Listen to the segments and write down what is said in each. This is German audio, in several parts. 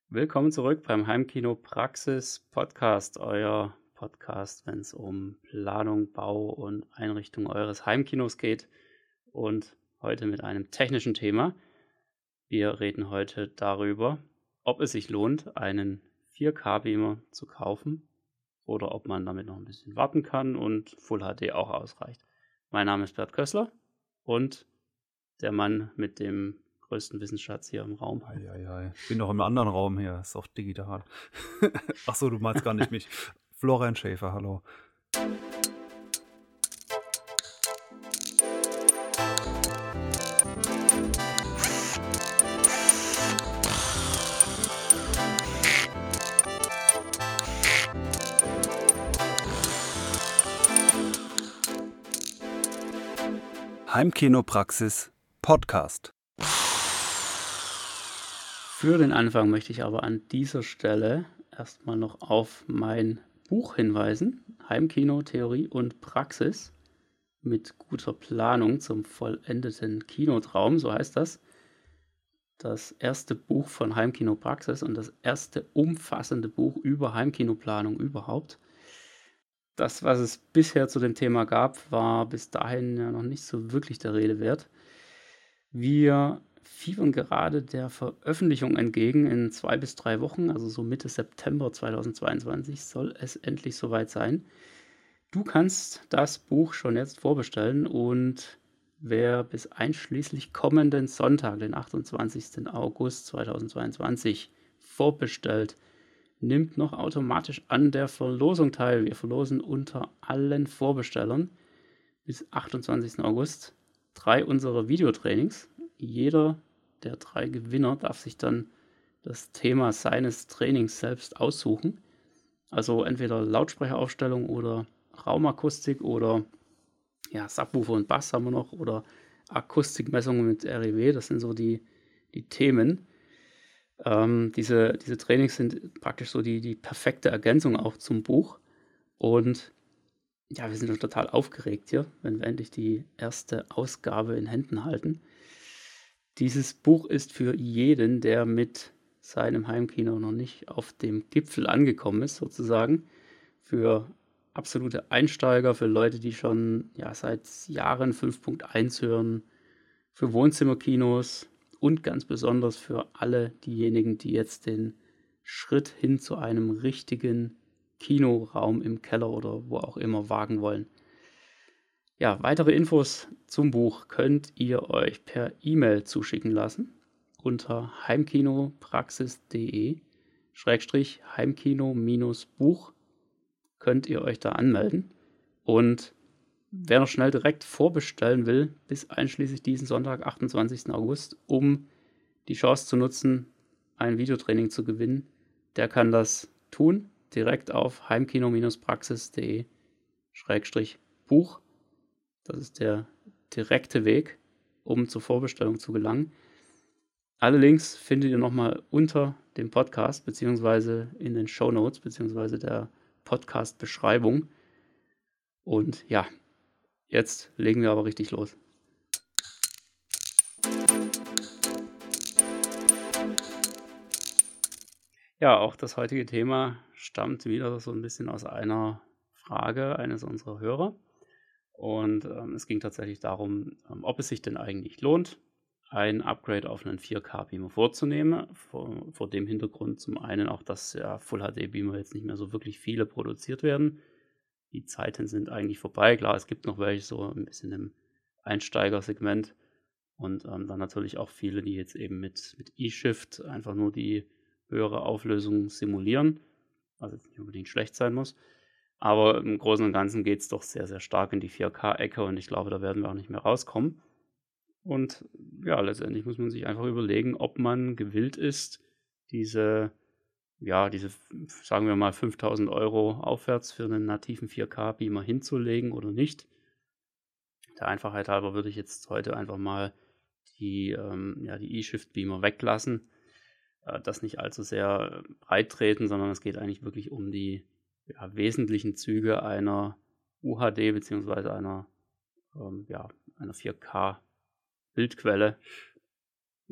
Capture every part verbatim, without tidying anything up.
Willkommen zurück beim Heimkino Praxis Podcast, euer Podcast, wenn es um Planung, Bau und Einrichtung eures Heimkinos geht und heute mit einem technischen Thema. Wir reden heute darüber, ob es sich lohnt, einen vier K-Beamer zu kaufen oder ob man damit noch ein bisschen warten kann und Full H D auch ausreicht. Mein Name ist Bert Kössler und der Mann mit dem größten Wissensschatz hier im Raum. Eieiei. Ich bin noch im anderen Raum hier, ist auch digital. Ach so, du meinst gar nicht mich. Florian Schäfer, hallo. Heimkinopraxis Podcast. Für den Anfang möchte ich aber an dieser Stelle erstmal noch auf mein Buch hinweisen, Heimkino, Theorie und Praxis mit guter Planung zum vollendeten Kinotraum, so heißt das. Das erste Buch von Heimkino Praxis und das erste umfassende Buch über Heimkinoplanung überhaupt. Das, was es bisher zu dem Thema gab, war bis dahin ja noch nicht so wirklich der Rede wert. Wir fiebern gerade der Veröffentlichung entgegen. In zwei bis drei Wochen, also so Mitte September zweitausendzweiundzwanzig, soll es endlich soweit sein. Du kannst das Buch schon jetzt vorbestellen und wer bis einschließlich kommenden Sonntag, den achtundzwanzigsten August zweitausendzweiundzwanzig, vorbestellt, nimmt noch automatisch an der Verlosung teil. Wir verlosen unter allen Vorbestellern bis achtundzwanzigsten August drei unserer Videotrainings. Jeder der drei Gewinner darf sich dann das Thema seines Trainings selbst aussuchen. Also entweder Lautsprecheraufstellung oder Raumakustik oder ja, Subwoofer und Bass haben wir noch oder Akustikmessungen mit R E W. Das sind so die, die Themen. Ähm, diese, diese Trainings sind praktisch so die, die perfekte Ergänzung auch zum Buch. Und ja, wir sind schon total aufgeregt hier, wenn wir endlich die erste Ausgabe in Händen halten. Dieses Buch ist für jeden, der mit seinem Heimkino noch nicht auf dem Gipfel angekommen ist, sozusagen. Für absolute Einsteiger, für Leute, die schon ja, seit Jahren fünf Punkt eins hören, für Wohnzimmerkinos und ganz besonders für alle diejenigen, die jetzt den Schritt hin zu einem richtigen Kinoraum im Keller oder wo auch immer wagen wollen. Ja, weitere Infos zum Buch könnt ihr euch per E-Mail zuschicken lassen unter heimkinopraxis.de Schrägstrich Heimkino-Buch könnt ihr euch da anmelden. Und wer noch schnell direkt vorbestellen will, bis einschließlich diesen Sonntag, achtundzwanzigsten August, um die Chance zu nutzen, ein Videotraining zu gewinnen, der kann das tun, direkt auf heimkino-praxis.de Schrägstrich Buch. Das ist der direkte Weg, um zur Vorbestellung zu gelangen. Alle Links findet ihr nochmal unter dem Podcast, beziehungsweise in den Shownotes, beziehungsweise der Podcast-Beschreibung. Und ja, jetzt legen wir aber richtig los. Ja, auch das heutige Thema stammt wieder so ein bisschen aus einer Frage eines unserer Hörer. Und ähm, es ging tatsächlich darum, ähm, ob es sich denn eigentlich lohnt, ein Upgrade auf einen vier K-Beamer vorzunehmen. Vor, vor dem Hintergrund zum einen auch, dass ja Full H D-Beamer jetzt nicht mehr so wirklich viele produziert werden. Die Zeiten sind eigentlich vorbei. Klar, es gibt noch welche so ein bisschen im Einsteigersegment. Und ähm, dann natürlich auch viele, die jetzt eben mit, mit E-Shift einfach nur die höhere Auflösung simulieren, was jetzt nicht unbedingt schlecht sein muss. Aber im Großen und Ganzen geht es doch sehr, sehr stark in die vier K-Ecke und ich glaube, da werden wir auch nicht mehr rauskommen. Und ja, letztendlich muss man sich einfach überlegen, ob man gewillt ist, diese, ja, diese, sagen wir mal, fünftausend Euro aufwärts für einen nativen vier K-Beamer hinzulegen oder nicht. Der Einfachheit halber würde ich jetzt heute einfach mal die, ähm, ja, die E-Shift-Beamer weglassen. Äh, das nicht allzu sehr breit treten, sondern es geht eigentlich wirklich um die ja, wesentlichen Züge einer U H D bzw. einer, ähm, ja, einer vier K-Bildquelle.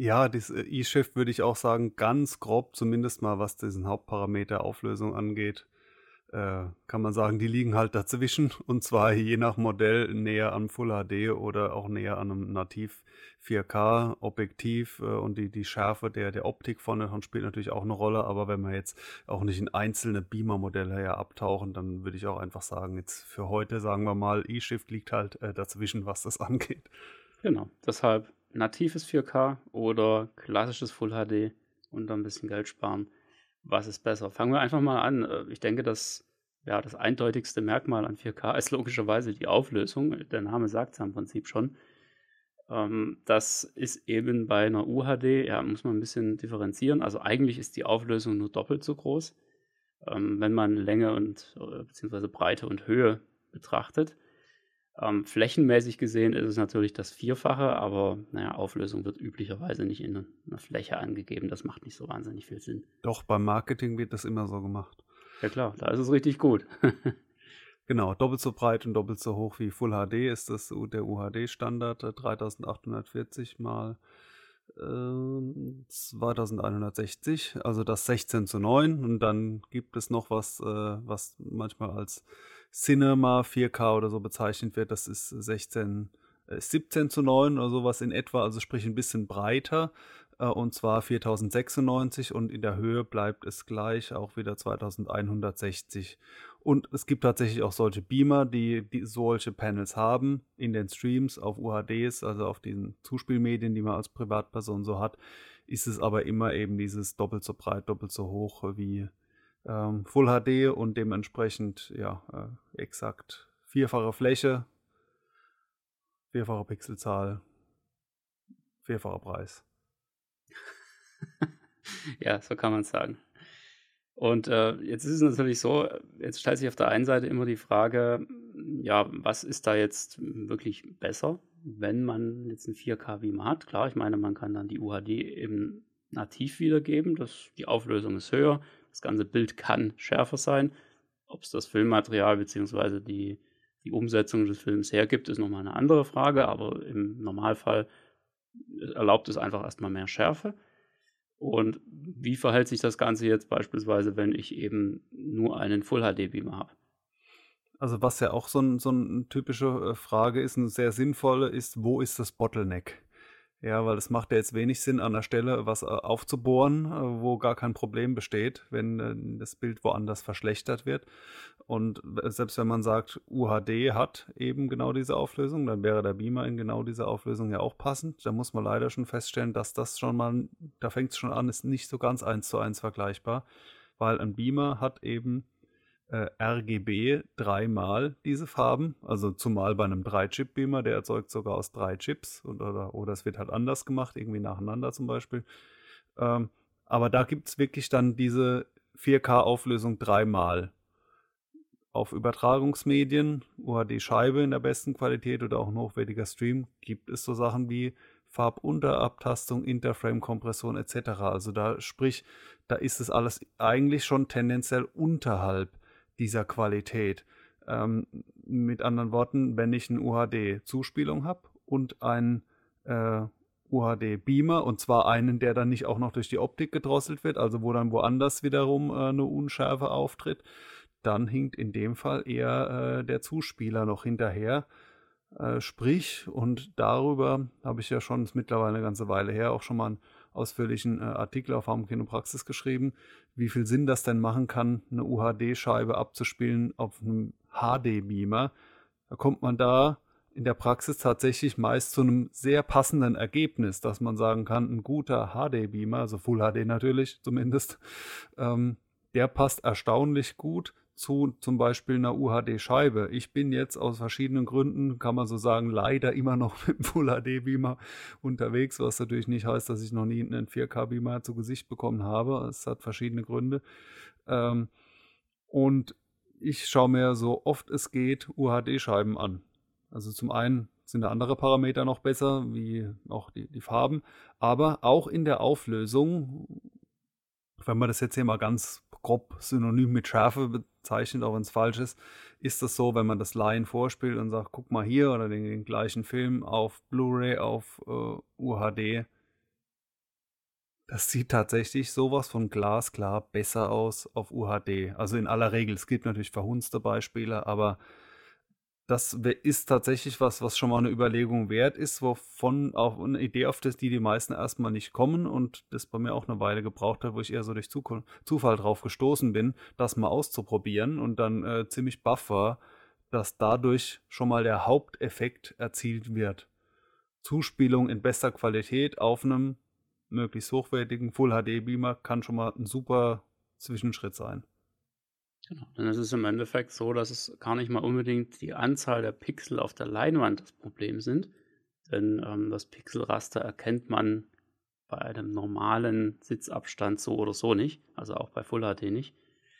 Ja, das äh, i-Shift würde ich auch sagen, ganz grob, zumindest mal was diesen Hauptparameter Auflösung angeht, äh, kann man sagen, die liegen halt dazwischen und zwar je nach Modell näher am Full H D oder auch näher an einem Nativ vier K Objektiv äh, und die, die Schärfe der, der Optik vorne dran spielt natürlich auch eine Rolle, aber wenn wir jetzt auch nicht in einzelne Beamer-Modelle ja abtauchen, dann würde ich auch einfach sagen, jetzt für heute sagen wir mal, i-Shift liegt halt äh, dazwischen, was das angeht. Genau, deshalb natives vier K oder klassisches Full H D und dann ein bisschen Geld sparen. Was ist besser? Fangen wir einfach mal an. Äh, Ich denke, dass ja, das eindeutigste Merkmal an vier K ist logischerweise die Auflösung. Der Name sagt es ja im Prinzip schon. Ähm, das ist eben bei einer U H D, ja, muss man ein bisschen differenzieren. Also eigentlich ist die Auflösung nur doppelt so groß, ähm, wenn man Länge und äh, beziehungsweise Breite und Höhe betrachtet. Ähm, flächenmäßig gesehen ist es natürlich das Vierfache, aber naja, Auflösung wird üblicherweise nicht in einer Fläche angegeben. Das macht nicht so wahnsinnig viel Sinn. Doch beim Marketing wird das immer so gemacht. Ja klar, da ist es richtig gut. Genau, doppelt so breit und doppelt so hoch wie Full H D ist das U- der U H D-Standard, äh, dreitausendachthundertvierzig mal ähm, zweitausendeinhundertsechzig, also das sechzehn zu neun. Und dann gibt es noch was, äh, was manchmal als Cinema vier K oder so bezeichnet wird. Das ist sechzehn, äh, siebzehn zu neun oder sowas in etwa, also sprich ein bisschen breiter. äh, Und zwar viertausendsechsundneunzig und in der Höhe bleibt es gleich, auch wieder zweitausendeinhundertsechzig. Und es gibt tatsächlich auch solche Beamer, die, die solche Panels haben in den Streams auf U H Ds, also auf diesen Zuspielmedien, die man als Privatperson so hat, ist es aber immer eben dieses doppelt so breit, doppelt so hoch wie ähm, Full H D und dementsprechend ja äh, exakt vierfache Fläche, vierfache Pixelzahl, vierfacher Preis. Ja, so kann man es sagen. Und äh, jetzt ist es natürlich so, jetzt stellt sich auf der einen Seite immer die Frage, ja, was ist da jetzt wirklich besser, wenn man jetzt einen vier K-Beamer hat? Klar, ich meine, man kann dann die U H D eben nativ wiedergeben, das, die Auflösung ist höher, das ganze Bild kann schärfer sein. Ob es das Filmmaterial bzw. die, die Umsetzung des Films hergibt, ist nochmal eine andere Frage, aber im Normalfall erlaubt es einfach erstmal mehr Schärfe. Und wie verhält sich das Ganze jetzt beispielsweise, wenn ich eben nur einen Full H D-Beamer habe? Also was ja auch so, ein, so eine typische äh, Frage ist, eine sehr sinnvolle, ist, wo ist das Bottleneck? Ja, weil es macht ja jetzt wenig Sinn, an der Stelle was äh, aufzubohren, äh, wo gar kein Problem besteht, wenn äh, das Bild woanders verschlechtert wird. Und äh, selbst wenn man sagt, U H D hat eben genau diese Auflösung, dann wäre der Beamer in genau dieser Auflösung ja auch passend. Da muss man leider schon feststellen, dass das schon mal, da fängt es schon an, ist nicht so ganz eins zu eins vergleichbar, weil ein Beamer hat eben äh, R G B dreimal diese Farben, also zumal bei einem drei Chip Beamer, der erzeugt sogar aus drei Chips und, oder, oder es wird halt anders gemacht, irgendwie nacheinander zum Beispiel. Ähm, aber da gibt es wirklich dann diese vier K-Auflösung dreimal. Auf Übertragungsmedien, U H D-Scheibe in der besten Qualität oder auch ein hochwertiger Stream, gibt es so Sachen wie Farbunterabtastung, Interframe-Kompression et cetera. Also da sprich, da ist es alles eigentlich schon tendenziell unterhalb dieser Qualität. Ähm, mit anderen Worten, wenn ich eine U H D-Zuspielung habe und einen äh, U H D-Beamer, und zwar einen, der dann nicht auch noch durch die Optik gedrosselt wird, also wo dann woanders wiederum äh, eine Unschärfe auftritt, dann hinkt in dem Fall eher äh, der Zuspieler noch hinterher. Äh, sprich, und darüber habe ich ja schon, ist mittlerweile eine ganze Weile her, auch schon mal einen ausführlichen äh, Artikel auf Heimkino-Praxis geschrieben, wie viel Sinn das denn machen kann, eine U H D-Scheibe abzuspielen auf einem H D-Beamer. Da kommt man da in der Praxis tatsächlich meist zu einem sehr passenden Ergebnis, dass man sagen kann, ein guter H D-Beamer, also Full H D natürlich zumindest, ähm, der passt erstaunlich gut zu zum Beispiel einer U H D-Scheibe. Ich bin jetzt aus verschiedenen Gründen, kann man so sagen, leider immer noch mit dem Full H D-Beamer unterwegs, was natürlich nicht heißt, dass ich noch nie einen vier K-Beamer zu Gesicht bekommen habe. Es hat verschiedene Gründe. Ähm, und ich schaue mir so oft es geht U H D-Scheiben an. Also zum einen sind da andere Parameter noch besser, wie auch die, die Farben, aber auch in der Auflösung, wenn man das jetzt hier mal ganz grob synonym mit Schärfe bezeichnet, auch wenn es falsch ist, ist das so, wenn man das Laien vorspielt und sagt, guck mal hier oder den, den gleichen Film auf Blu-ray, auf äh, U H D, Das sieht tatsächlich sowas von glasklar besser aus auf U H D. Also, in aller Regel. Es gibt natürlich verhunzte Beispiele, aber das wä ist tatsächlich was, was schon mal 'ne Überlegung wert ist, wovon auch 'ne Idee, auf das die die meisten erst mal nicht kommen und das bei mir auch 'ne Weile gebraucht hat, wo ich eher so durch Zukun Zufall drauf gestoßen bin, das mal auszuprobieren und dann, äh, ziemlich baff war, dass dadurch schon mal der Haupteffekt erzielt wird. Zuspielung in bester Qualität auf 'nem möglichst hochwertigen Full-H D-Beamer kann schon mal 'n super Zwischenschritt sein. Genau, dann ist es im Endeffekt so, dass es gar nicht mal unbedingt die Anzahl der Pixel auf der Leinwand das Problem sind, denn, ähm, das Pixelraster erkennt man bei einem normalen Sitzabstand so oder so nicht, also auch bei Full H D nicht.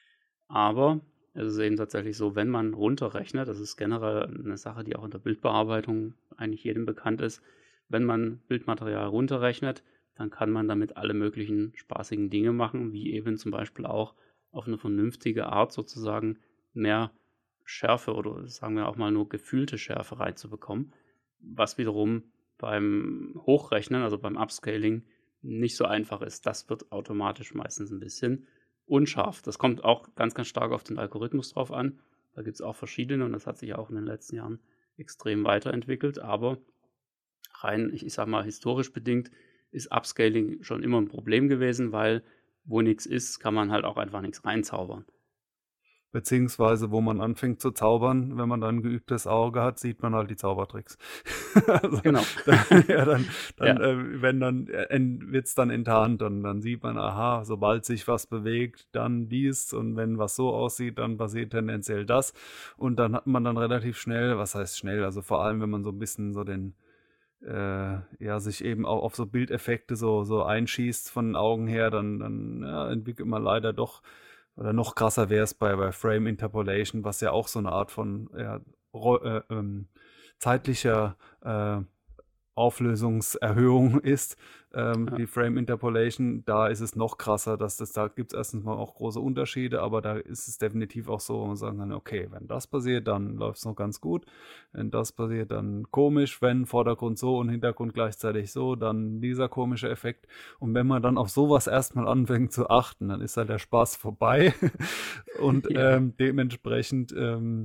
Aber es ist eben tatsächlich so, wenn man runterrechnet, das ist generell 'ne Sache, die auch in der Bildbearbeitung eigentlich jedem bekannt ist. Wenn man Bildmaterial runterrechnet, dann kann man damit alle möglichen spaßigen Dinge machen, wie eben zum Beispiel auch auf 'ne vernünftige Art sozusagen mehr Schärfe oder sagen wir auch mal nur gefühlte Schärfe reinzubekommen, was wiederum beim Hochrechnen, also beim Upscaling, nicht so einfach ist. Das wird automatisch meistens 'n bisschen unscharf. Das kommt auch ganz, ganz stark auf den Algorithmus drauf an. Da gibt's auch verschiedene und das hat sich auch in den letzten Jahren extrem weiterentwickelt, aber rein, ich ich sage mal, historisch bedingt ist Upscaling schon immer 'n Problem gewesen, weil wo nix ist, kann man halt auch einfach nix reinzaubern. Beziehungsweise wo man anfängt zu zaubern, wenn man dann 'n geübtes Auge hat, sieht man halt die Zaubertricks. Also, Genau. ja, dann dann, Ja. äh, wenn dann, äh, en wird's dann enttarnt und dann sieht man, aha, sobald sich was bewegt, dann dies und wenn was so aussieht, dann passiert tendenziell das. Und dann hat man dann relativ schnell was heißt schnell, also vor allem, wenn man so 'n bisschen so den äh, ja, sich eben auch auf so Bildeffekte so so einschießt von den Augen her, dann dann, ja, entwickelt man leider doch oder noch krasser wär's bei bei Frame Interpolation, was ja auch so 'ne Art von, ja, ro äh, ähm, zeitlicher, äh, Auflösungserhöhung ist, ähm, Ja. die Frame Interpolation. Da ist es noch krasser, dass das da gibt's erstens mal auch große Unterschiede, aber da ist es definitiv auch so, wo man sagen kann: „Okay, wenn das passiert, dann läuft's noch ganz gut. Wenn das passiert, dann komisch. Wenn Vordergrund so und Hintergrund gleichzeitig so, dann dieser komische Effekt.“ Und wenn man dann auf so was erst mal anfängt zu achten, dann ist halt der Spaß vorbei und, Ja. ähm, dementsprechend, ähm,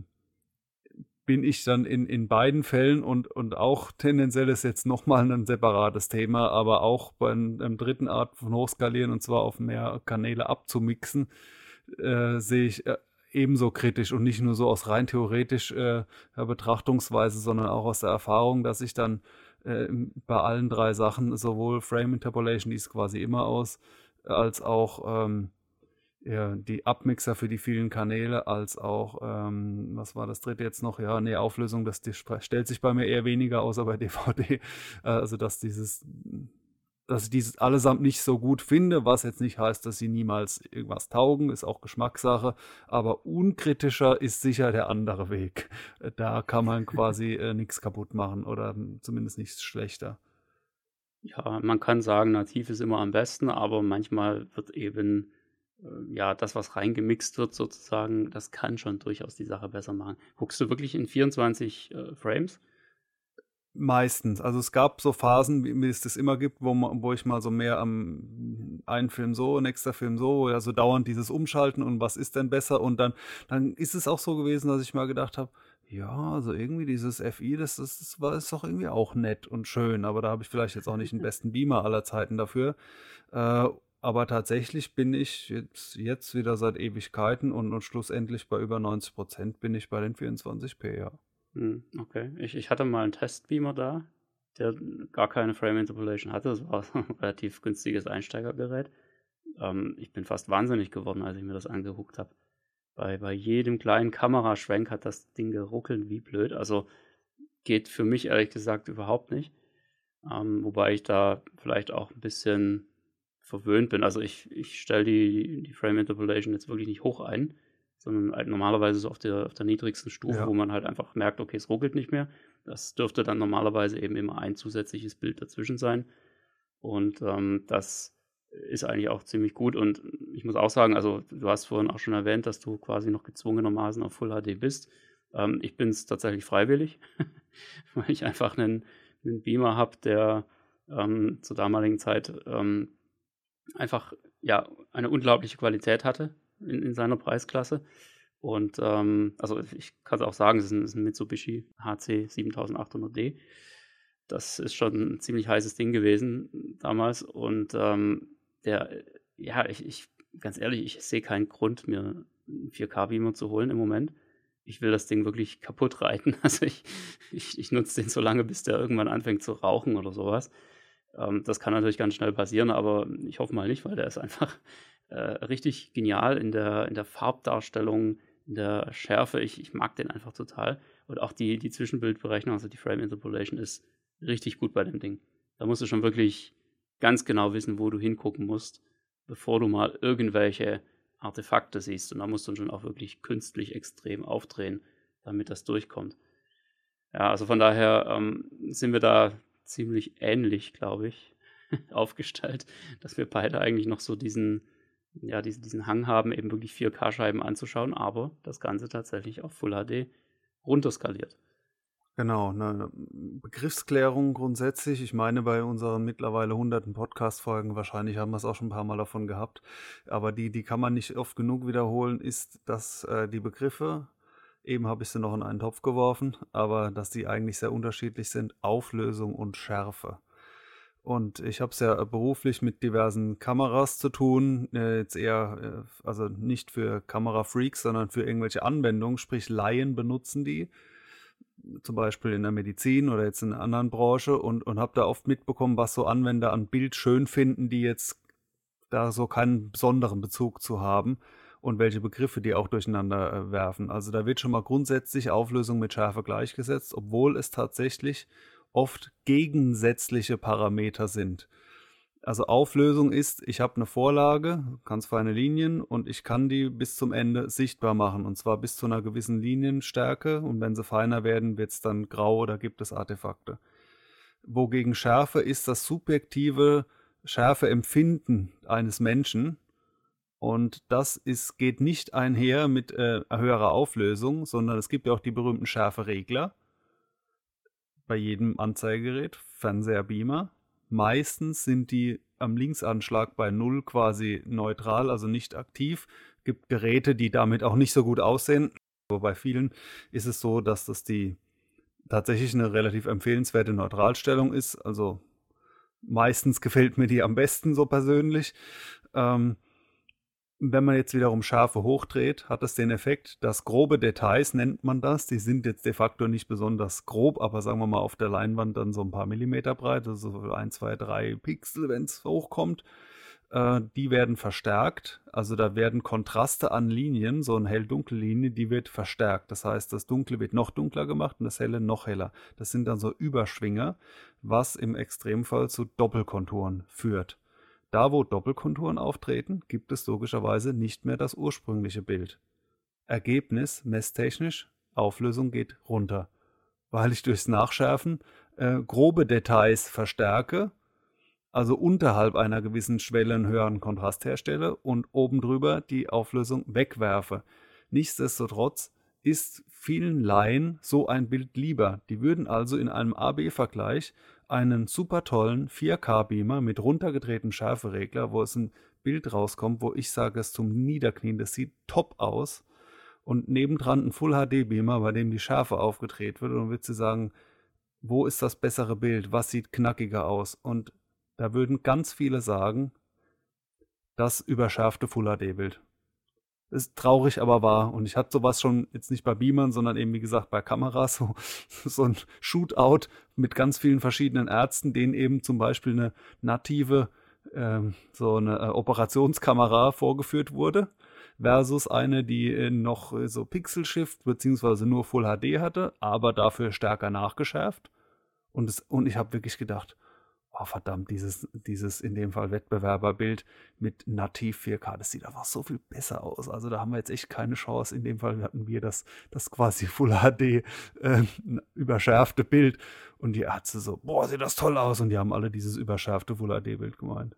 bin ich dann in in beiden Fällen und und auch tendenziell ist jetzt noch mal 'nen separates Thema, aber auch bei 'n 'nem dritten Art von Hochskalieren und zwar auf mehr Kanäle abzumixen, äh, sehe ich, äh, ebenso kritisch und nicht nur so aus rein theoretisch, äh, ja, Betrachtungsweise, sondern auch aus der Erfahrung, dass ich dann, äh, bei allen drei Sachen sowohl Frame Interpolation, die ist quasi immer aus, als auch, ähm, ja, die Abmixer für die vielen Kanäle, als auch, ähm, was war das dritte jetzt noch? Ja, ne, Auflösung, das die spr stellt sich bei mir eher weniger außer bei DVD. Äh, also, dass dieses dass ich dieses allesamt nicht so gut finde, was jetzt nicht heißt, dass sie niemals irgendwas taugen, ist auch Geschmackssache, aber unkritischer ist sicher der andere Weg. Äh, da kann man quasi, äh, nix kaputt machen oder zumindest nichts schlechter. Ja, man kann sagen, nativ ist immer am besten, aber manchmal wird eben, äh, ja, das, was reingemixt wird sozusagen, das kann schon durchaus die Sache besser machen. Guckst du wirklich in vierundzwanzig, äh, Frames? Meistens. Also, es gab so Phasen, wie wie es das immer gibt, wo ma wo ich mal so mehr am einen Film so, nächster Film so, ja, so dauernd dieses Umschalten und was ist denn besser? Und dann dann ist es auch so gewesen, dass ich mal gedacht habe: „Ja, also irgendwie dieses FI, das das das war ist doch irgendwie auch nett und schön“, aber da habe ich vielleicht jetzt auch nicht den besten Beamer aller Zeiten dafür. Äh, aber tatsächlich bin ich jetzt jetzt wieder seit Ewigkeiten und und schlussendlich bei über neunzig Prozent bin ich bei den vierundzwanzig P, ja. Mhm, okay. Ich ich hatte mal 'n Testbeamer da, der gar keine Frame Interpolation hatte. Das war so 'n relativ günstiges Einsteigergerät. Ähm, ich bin fast wahnsinnig geworden, als ich mir das angeguckt habe. Bei bei jedem kleinen Kameraschwenk hat das Ding geruckelt wie blöd. Also, geht für mich ehrlich gesagt überhaupt nicht. Ähm, wobei ich da vielleicht auch 'n bisschen verwöhnt bin. Also, ich ich stelle die die Frame Interpolation jetzt wirklich nicht hoch ein, sondern halt normalerweise so auf der auf der niedrigsten Stufe, Ja. wo man halt einfach merkt: „Okay, es ruckelt nicht mehr.“ Das dürfte dann normalerweise eben immer ein zusätzliches Bild dazwischen sein. Und, ähm, das ist eigentlich auch ziemlich gut. Und ich muss auch sagen, also, du hast vorhin auch schon erwähnt, dass du quasi noch gezwungenermaßen auf Full HD bist. Ähm, ich bin's tatsächlich freiwillig, weil ich einfach 'nen 'nen Beamer habe, der, ähm, zur damaligen Zeit, ähm einfach ja eine unglaubliche Qualität hatte in, in seiner Preisklasse. Und ähm, also ich kann es auch sagen, es ist ein, es ist ein Mitsubishi H C siebentausendachthundert D. Das ist schon ein ziemlich heißes Ding gewesen damals. Und ähm, der, ja, ich, ich, ganz ehrlich, ich sehe keinen Grund, mir einen vier K-Beamer zu holen im Moment. Ich will das Ding wirklich kaputt reiten. Also ich, ich, ich nutze den so lange, bis der irgendwann anfängt zu rauchen oder sowas. Ähm, das kann natürlich ganz schnell passieren, aber ich hoffe mal nicht, weil der ist einfach äh, richtig genial in der, in der Farbdarstellung, in der Schärfe. Ich, ich mag den einfach total. Und auch die, die Zwischenbildberechnung, also die Frame Interpolation, ist richtig gut bei dem Ding. Da musst du schon wirklich ganz genau wissen, wo du hingucken musst, bevor du mal irgendwelche Artefakte siehst. Und da musst du schon auch wirklich künstlich extrem aufdrehen, damit das durchkommt. Ja, also von daher ähm, sind wir da ziemlich ähnlich, glaube ich, aufgestellt, dass wir beide eigentlich noch so diesen, ja, diesen, diesen Hang haben, eben wirklich vier K-Scheiben anzuschauen, aber das Ganze tatsächlich auf Full H D runterskaliert. Genau, eine Begriffsklärung grundsätzlich. Ich meine, bei unseren mittlerweile hunderten Podcast-Folgen, wahrscheinlich haben wir es auch schon ein paar Mal davon gehabt, aber die, die kann man nicht oft genug wiederholen, ist, dass äh, die Begriffe, eben habe ich sie noch in einen Topf geworfen, aber dass die eigentlich sehr unterschiedlich sind, Auflösung und Schärfe. Und ich habe es ja beruflich mit diversen Kameras zu tun, äh, jetzt eher, äh, also nicht für Kamerafreaks, sondern für irgendwelche Anwendungen, sprich Laien benutzen die, zum Beispiel in der Medizin oder jetzt in einer anderen Branche und, und habe da oft mitbekommen, was so Anwender an Bild schön finden, die jetzt da so keinen besonderen Bezug zu haben und welche Begriffe die auch durcheinander äh, werfen. Also da wird schon mal grundsätzlich Auflösung mit Schärfe gleichgesetzt, obwohl es tatsächlich oft gegensätzliche Parameter sind. Also Auflösung ist, ich habe eine Vorlage, ganz feine Linien und ich kann die bis zum Ende sichtbar machen und zwar bis zu einer gewissen Linienstärke und wenn sie feiner werden, wird es dann grau oder gibt es Artefakte. Wogegen Schärfe ist das subjektive Schärfeempfinden eines Menschen und das ist, geht nicht einher mit äh, höherer Auflösung, sondern es gibt ja auch die berühmten Schärferegler bei jedem Anzeigegerät, Fernseher, Beamer. Meistens sind die am Linksanschlag bei null quasi neutral, also nicht aktiv. Es gibt Geräte, die damit auch nicht so gut aussehen. Aber bei vielen ist es so, dass das die tatsächlich eine relativ empfehlenswerte Neutralstellung ist. Also meistens gefällt mir die am besten so persönlich. Ähm, wenn man jetzt wiederum Schärfe hochdreht, hat das den Effekt, dass grobe Details, nennt man das, die sind jetzt de facto nicht besonders grob, aber sagen wir mal auf der Leinwand dann so ein paar Millimeter breit, also so ein, zwei, drei Pixel, wenn es hochkommt, äh, die werden verstärkt. Also da werden Kontraste an Linien, so eine hell-dunkel-Linie, die wird verstärkt. Das heißt, das Dunkle wird noch dunkler gemacht und das Helle noch heller. Das sind dann so Überschwinger, was im Extremfall zu Doppelkonturen führt. Da, wo Doppelkonturen auftreten, gibt es logischerweise nicht mehr das ursprüngliche Bild. Ergebnis, messtechnisch, Auflösung geht runter, weil ich durchs Nachschärfen äh, grobe Details verstärke, also unterhalb einer gewissen Schwelle einen höheren Kontrast herstelle und oben drüber die Auflösung wegwerfe. Nichtsdestotrotz ist vielen Laien so ein Bild lieber. Die würden also in einem A B Vergleich einen super tollen vier K-Beamer mit runtergedrehtem Schärferegler, wo es ein Bild rauskommt, wo ich sage, es zum Niederknien, das sieht top aus. Und nebendran ein Full-H D-Beamer, bei dem die Schärfe aufgedreht wird. Und dann wird sie sagen, wo ist das bessere Bild? Was sieht knackiger aus? Und da würden ganz viele sagen, das überschärfte Full-H D-Bild. Ist traurig, aber wahr. Und ich hatte sowas schon jetzt nicht bei Beamern, sondern eben, wie gesagt, bei Kameras, so, so ein Shootout mit ganz vielen verschiedenen Ärzten, denen eben zum Beispiel eine native, ähm, so eine äh, Operationskamera vorgeführt wurde, versus eine, die äh, noch so Pixel-Shift beziehungsweise nur Full H D hatte, aber dafür stärker nachgeschärft. Und, es, und ich habe wirklich gedacht, oh verdammt, dieses, dieses in dem Fall Wettbewerberbild mit nativ vier K, das sieht einfach so viel besser aus. Also da haben wir jetzt echt keine Chance. In dem Fall hatten wir das, das quasi Full H D äh, überschärfte Bild. Und die Ärzte so, boah, sieht das toll aus. Und die haben alle dieses überschärfte Full H D-Bild gemeint.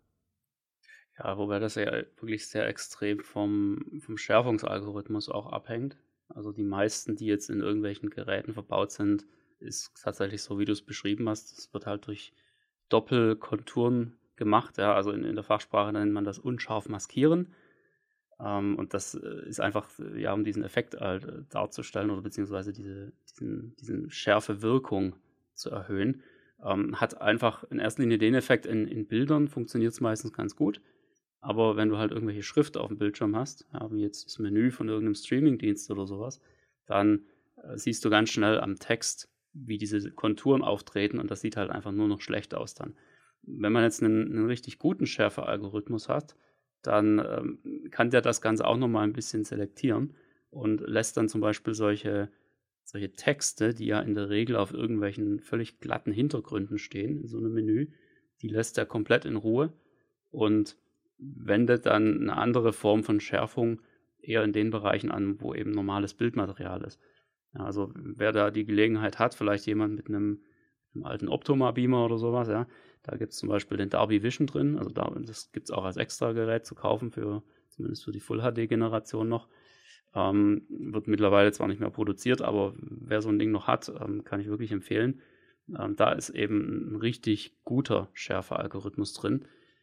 Ja, wobei das ja wirklich sehr extrem vom, vom Schärfungsalgorithmus auch abhängt. Also die meisten, die jetzt in irgendwelchen Geräten verbaut sind, ist tatsächlich so, wie du es beschrieben hast. Es wird halt durch Doppelkonturen gemacht, ja, also in, in der Fachsprache nennt man das unscharf maskieren. Ähm, und das äh, ist einfach, äh, ja, um diesen Effekt halt äh, darzustellen oder beziehungsweise diese, diesen, diesen Schärfe-Wirkung zu erhöhen. Ähm, hat einfach in erster Linie den Effekt, in, in Bildern funktioniert es meistens ganz gut. Aber wenn du halt irgendwelche Schrift auf dem Bildschirm hast, ja, wie jetzt das Menü von irgendeinem Streamingdienst oder sowas, dann äh, siehst du ganz schnell am Text, wie diese Konturen auftreten und das sieht halt einfach nur noch schlecht aus dann. Wenn man jetzt einen, einen richtig guten Schärfe-Algorithmus hat, dann ähm, kann der das Ganze auch nochmal ein bisschen selektieren und lässt dann zum Beispiel solche, solche Texte, die ja in der Regel auf irgendwelchen völlig glatten Hintergründen stehen, in so einem Menü, die lässt er komplett in Ruhe und wendet dann eine andere Form von Schärfung eher in den Bereichen an, wo eben normales Bildmaterial ist. Ja, also wer da die Gelegenheit hat, vielleicht jemand mit einem, einem alten Optoma-Beamer oder sowas, ja, da gibt es zum Beispiel den Dolby Vision drin, also da, das gibt es auch als Extra-Gerät zu kaufen, für zumindest für die Full-H D-Generation noch. Ähm, wird mittlerweile zwar nicht mehr produziert, aber wer so ein Ding noch hat, ähm, kann ich wirklich empfehlen. Ähm, da ist eben ein richtig guter Schärfe-Algorithmus drin.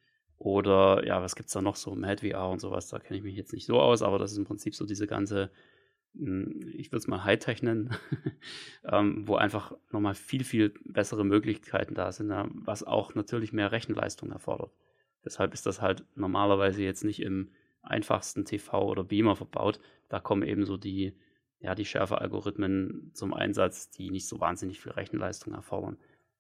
Oder, ja, was gibt es da noch so? Mad V R und sowas, da kenne ich mich jetzt nicht so aus, aber das ist im Prinzip so diese ganze, ich würde es mal Hightech nennen, ähm, wo einfach nochmal viel, viel bessere Möglichkeiten da sind, ja, was auch natürlich mehr Rechenleistung erfordert. Deshalb ist das halt normalerweise jetzt nicht im einfachsten T V oder Beamer verbaut. Da kommen eben so die, ja, die Schärfe-Algorithmen zum Einsatz, die nicht so wahnsinnig viel Rechenleistung erfordern.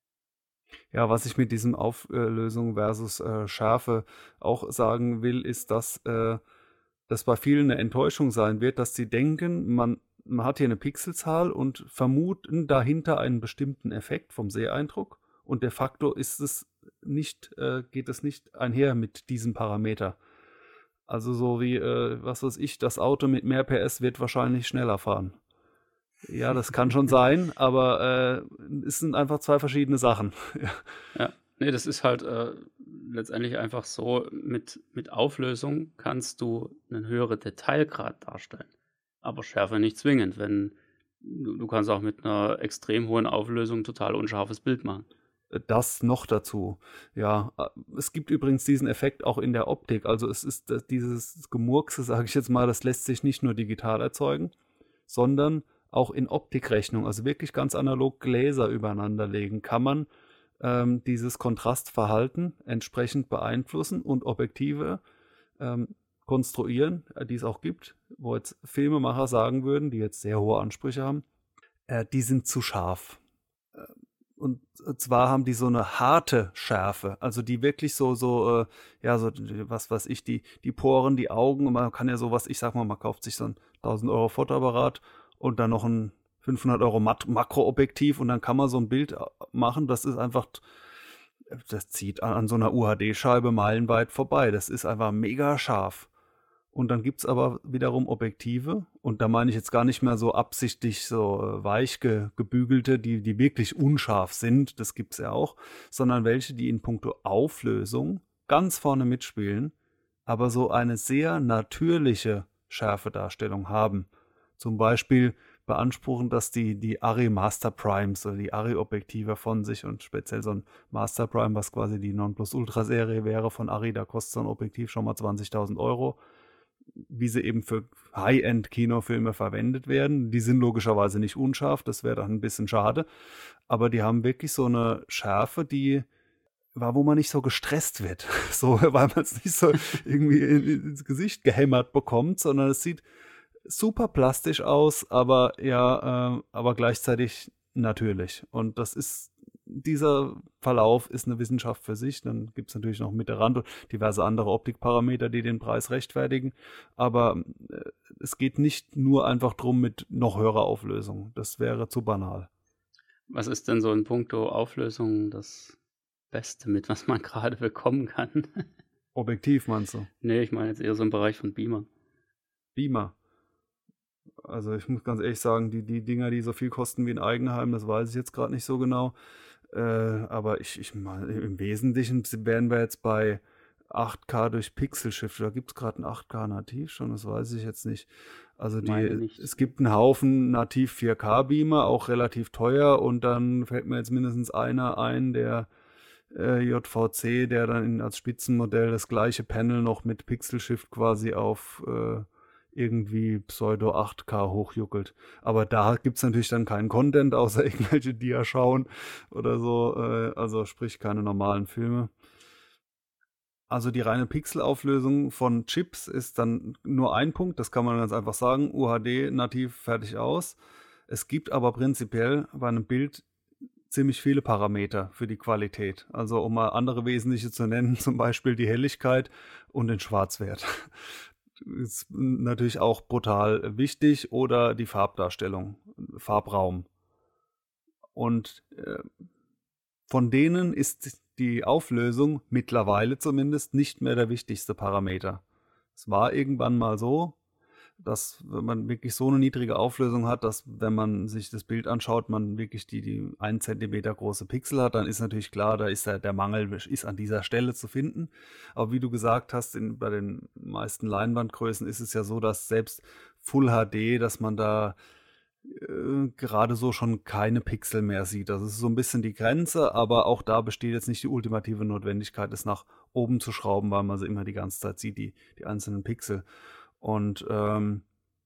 Ja, was ich mit diesem Auflösung versus äh, Schärfe auch sagen will, ist, dass äh, das bei vielen eine Enttäuschung sein wird, dass sie denken, man, man hat hier eine Pixelzahl und vermuten dahinter einen bestimmten Effekt vom Seheindruck und de facto ist es nicht, äh, geht es nicht einher mit diesem Parameter. Also so wie, äh, was weiß ich, das Auto mit mehr P S wird wahrscheinlich schneller fahren. Ja, das kann schon sein, aber äh, es sind einfach zwei verschiedene Sachen. Ja. Ja, nee, das ist halt äh, letztendlich einfach so, mit, mit Auflösung kannst du einen höheren Detailgrad darstellen, aber Schärfe nicht zwingend, wenn du, du kannst auch mit einer extrem hohen Auflösung total unscharfes Bild machen. Das noch dazu. Ja, äh, es gibt übrigens diesen Effekt auch in der Optik. Also es ist äh, dieses Gemurkse, sage ich jetzt mal, das lässt sich nicht nur digital erzeugen, sondern auch in Optikrechnung, also wirklich ganz analog Gläser übereinander legen, kann man ähm, dieses Kontrastverhalten entsprechend beeinflussen und Objektive ähm, konstruieren, äh, die es auch gibt, wo jetzt Filmemacher sagen würden, die jetzt sehr hohe Ansprüche haben, äh, die sind zu scharf. Äh, und zwar haben die so eine harte Schärfe, also die wirklich so, so, äh, ja, so, was weiß ich, die, die Poren, die Augen, man kann ja sowas, ich sag mal, man kauft sich so ein tausend Euro Fotoapparat und dann noch ein fünfhundert Euro Mat- Makroobjektiv und dann kann man so ein Bild machen, das ist einfach, das zieht an, an so einer U H D-Scheibe meilenweit vorbei, das ist einfach mega scharf. Und dann gibt es aber wiederum Objektive, und da meine ich jetzt gar nicht mehr so absichtlich so äh, weich ge gebügelte, die, die wirklich unscharf sind, das gibt es ja auch, sondern welche, die in puncto Auflösung ganz vorne mitspielen, aber so eine sehr natürliche Schärfedarstellung haben. Zum Beispiel beanspruchen das die, die Arri Master Primes oder die Arri-Objektive von sich, und speziell so ein Master Prime, was quasi die Nonplusultra-Serie wäre von Arri, da kostet so ein Objektiv schon mal zwanzigtausend Euro. Wie sie eben für High-End-Kinofilme verwendet werden. Die sind logischerweise nicht unscharf, das wäre dann ein bisschen schade. Aber die haben wirklich so eine Schärfe, die war, wo man nicht so gestresst wird. So, weil man es nicht so irgendwie ins Gesicht gehämmert bekommt, sondern es sieht super plastisch aus, aber ja, äh, aber gleichzeitig natürlich. Und das ist dieser Verlauf ist eine Wissenschaft für sich. Dann gibt es natürlich noch mit der Rand und diverse andere Optikparameter, die den Preis rechtfertigen. Aber äh, es geht nicht nur einfach drum mit noch höherer Auflösung. Das wäre zu banal. Was ist denn so in puncto Auflösung das Beste, mit was man gerade bekommen kann? Objektiv meinst du? Nee, ich meine jetzt eher so im Bereich von Beamer. Beamer. Also ich muss ganz ehrlich sagen, die, die Dinger, die so viel kosten wie ein Eigenheim, das weiß ich jetzt gerade nicht so genau. Äh, aber ich, ich meine, im Wesentlichen wären wir jetzt bei acht K durch Pixel Shift. Da gibt es gerade ein acht K nativ schon, das weiß ich jetzt nicht. Also die, nicht. Es gibt einen Haufen nativ vier K Beamer, auch relativ teuer, und dann fällt mir jetzt mindestens einer ein, der äh, J V C, der dann in, als Spitzenmodell das gleiche Panel noch mit Pixel Shift quasi auf äh, irgendwie Pseudo acht K hochjuckelt. Aber da gibt es natürlich dann keinen Content, außer irgendwelche Diaschauen oder so, äh, also sprich keine normalen Filme. Also die reine Pixelauflösung von Chips ist dann nur ein Punkt, das kann man ganz einfach sagen, U H D nativ fertig aus. Es gibt aber prinzipiell bei einem Bild ziemlich viele Parameter für die Qualität. Also um mal andere wesentliche zu nennen, zum Beispiel die Helligkeit und den Schwarzwert. Ist natürlich auch brutal wichtig, oder die Farbdarstellung, Farbraum. Und äh, von denen ist die Auflösung mittlerweile zumindest nicht mehr der wichtigste Parameter. Es war irgendwann mal so, dass wenn man wirklich so eine niedrige Auflösung hat, dass wenn man sich das Bild anschaut, man wirklich die, die ein Zentimeter große Pixel hat, dann ist natürlich klar, da ist der, der Mangel ist an dieser Stelle zu finden. Aber wie du gesagt hast, in, bei den meisten Leinwandgrößen ist es ja so, dass selbst Full H D, dass man da äh, gerade so schon keine Pixel mehr sieht. Das ist so ein bisschen die Grenze, aber auch da besteht jetzt nicht die ultimative Notwendigkeit, es nach oben zu schrauben, weil man sie immer die ganze Zeit sieht, die, die einzelnen Pixel. Und ähm,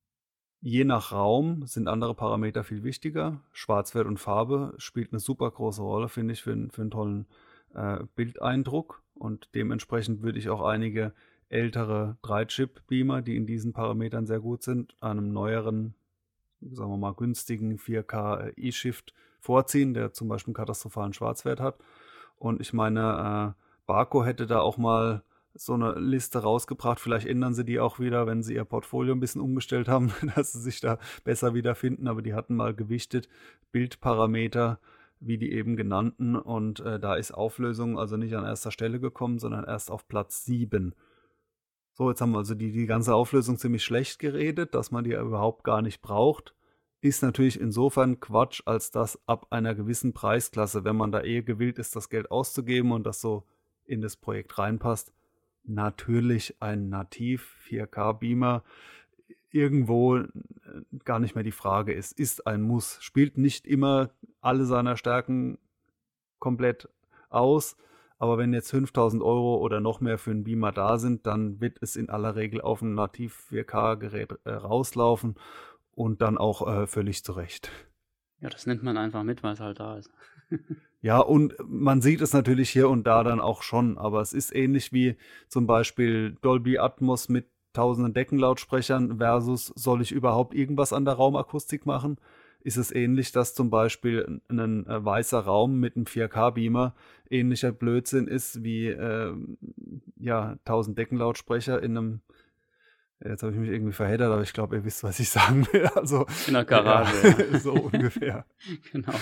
je nach Raum sind andere Parameter viel wichtiger. Schwarzwert und Farbe spielt eine super große Rolle, finde ich, für, für einen tollen äh, Bildeindruck. Und dementsprechend würde ich auch einige ältere drei Chip Beamer, die in diesen Parametern sehr gut sind, einem neueren, sagen wir mal, günstigen vier K E-Shift vorziehen, der zum Beispiel einen katastrophalen Schwarzwert hat. Und ich meine, äh, Barco hätte da auch mal so eine Liste rausgebracht. Vielleicht ändern sie die auch wieder, wenn sie ihr Portfolio ein bisschen umgestellt haben, dass sie sich da besser wiederfinden. Aber die hatten mal gewichtet Bildparameter, wie die eben genannten. Und äh, da ist Auflösung also nicht an erster Stelle gekommen, sondern erst auf Platz sieben. So, jetzt haben wir also die, die ganze Auflösung ziemlich schlecht geredet, dass man die überhaupt gar nicht braucht. Ist natürlich insofern Quatsch, als dass ab einer gewissen Preisklasse, wenn man da eh gewillt ist, das Geld auszugeben und das so in das Projekt reinpasst, natürlich ein Nativ vier K Beamer irgendwo gar nicht mehr die Frage ist, ist ein Muss. Spielt nicht immer alle seiner Stärken komplett aus, aber wenn jetzt fünftausend Euro oder noch mehr für einen Beamer da sind, dann wird es in aller Regel auf ein Nativ vier K Gerät äh, rauslaufen und dann auch äh, völlig zurecht. Ja, das nimmt man einfach mit, weil es halt da ist. Ja, und man sieht es natürlich hier und da dann auch schon, aber es ist ähnlich wie zum Beispiel Dolby Atmos mit tausenden Deckenlautsprechern versus soll ich überhaupt irgendwas an der Raumakustik machen? Ist es ähnlich, dass zum Beispiel ein, ein äh, weißer Raum mit einem vier K Beamer ähnlicher Blödsinn ist wie äh, ja, tausend Deckenlautsprecher in einem. Jetzt habe ich mich irgendwie verheddert, aber ich glaube, ihr wisst, was ich sagen will. Also, in der Garage. Ja, ja. So ungefähr. Genau.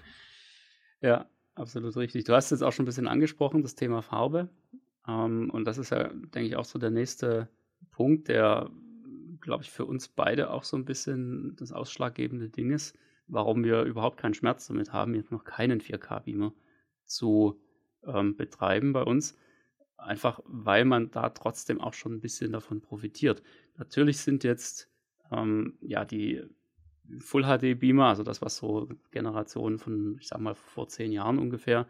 Ja, absolut richtig. Du hast jetzt auch schon ein bisschen angesprochen, das Thema Farbe. Ähm, und das ist ja, denke ich, auch so der nächste Punkt, der, glaube ich, für uns beide auch so ein bisschen das ausschlaggebende Ding ist, warum wir überhaupt keinen Schmerz damit haben, jetzt noch keinen vier K Beamer zu ähm, betreiben bei uns. Einfach, weil man da trotzdem auch schon ein bisschen davon profitiert. Natürlich sind jetzt ähm, ja die Full H D Beamer, also das, was so Generationen von, ich sag mal, vor zehn Jahren ungefähr,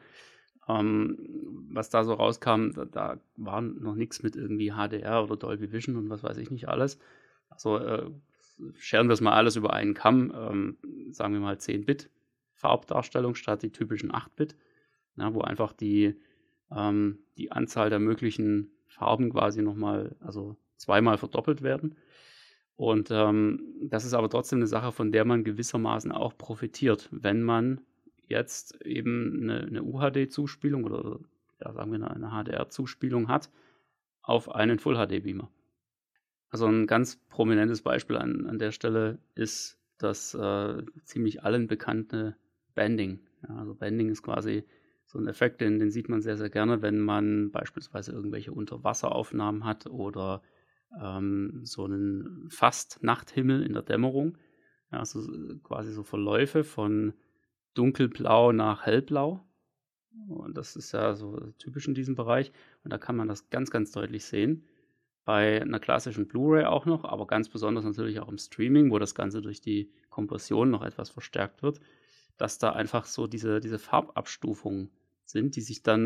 ähm, was da so rauskam, da, da war noch nichts mit irgendwie H D R oder Dolby Vision und was weiß ich nicht alles. Also äh, scheren wir es mal alles über einen Kamm, ähm, sagen wir mal zehn Bit Farbdarstellung statt die typischen acht Bit, na, wo einfach die ähm, die Anzahl der möglichen Farben quasi nochmal, also zweimal verdoppelt werden. Und ähm, das ist aber trotzdem eine Sache, von der man gewissermaßen auch profitiert, wenn man jetzt eben eine, eine U H D-Zuspielung oder ja, sagen wir eine, eine H D R-Zuspielung hat auf einen Full H D Beamer. Also ein ganz prominentes Beispiel an, an der Stelle ist das äh, ziemlich allen bekannte Banding. Ja, also Banding ist quasi so ein Effekt, den, den sieht man sehr, sehr gerne, wenn man beispielsweise irgendwelche Unterwasseraufnahmen hat oder ähm, so einen Fast-Nachthimmel in der Dämmerung. Ja, also quasi so Verläufe von dunkelblau nach hellblau. Und das ist ja so typisch in diesem Bereich. Und da kann man das ganz, ganz deutlich sehen. Bei einer klassischen Blu-ray auch noch, aber ganz besonders natürlich auch im Streaming, wo das Ganze durch die Kompression noch etwas verstärkt wird, dass da einfach so diese, diese Farbabstufungen sind, die sich dann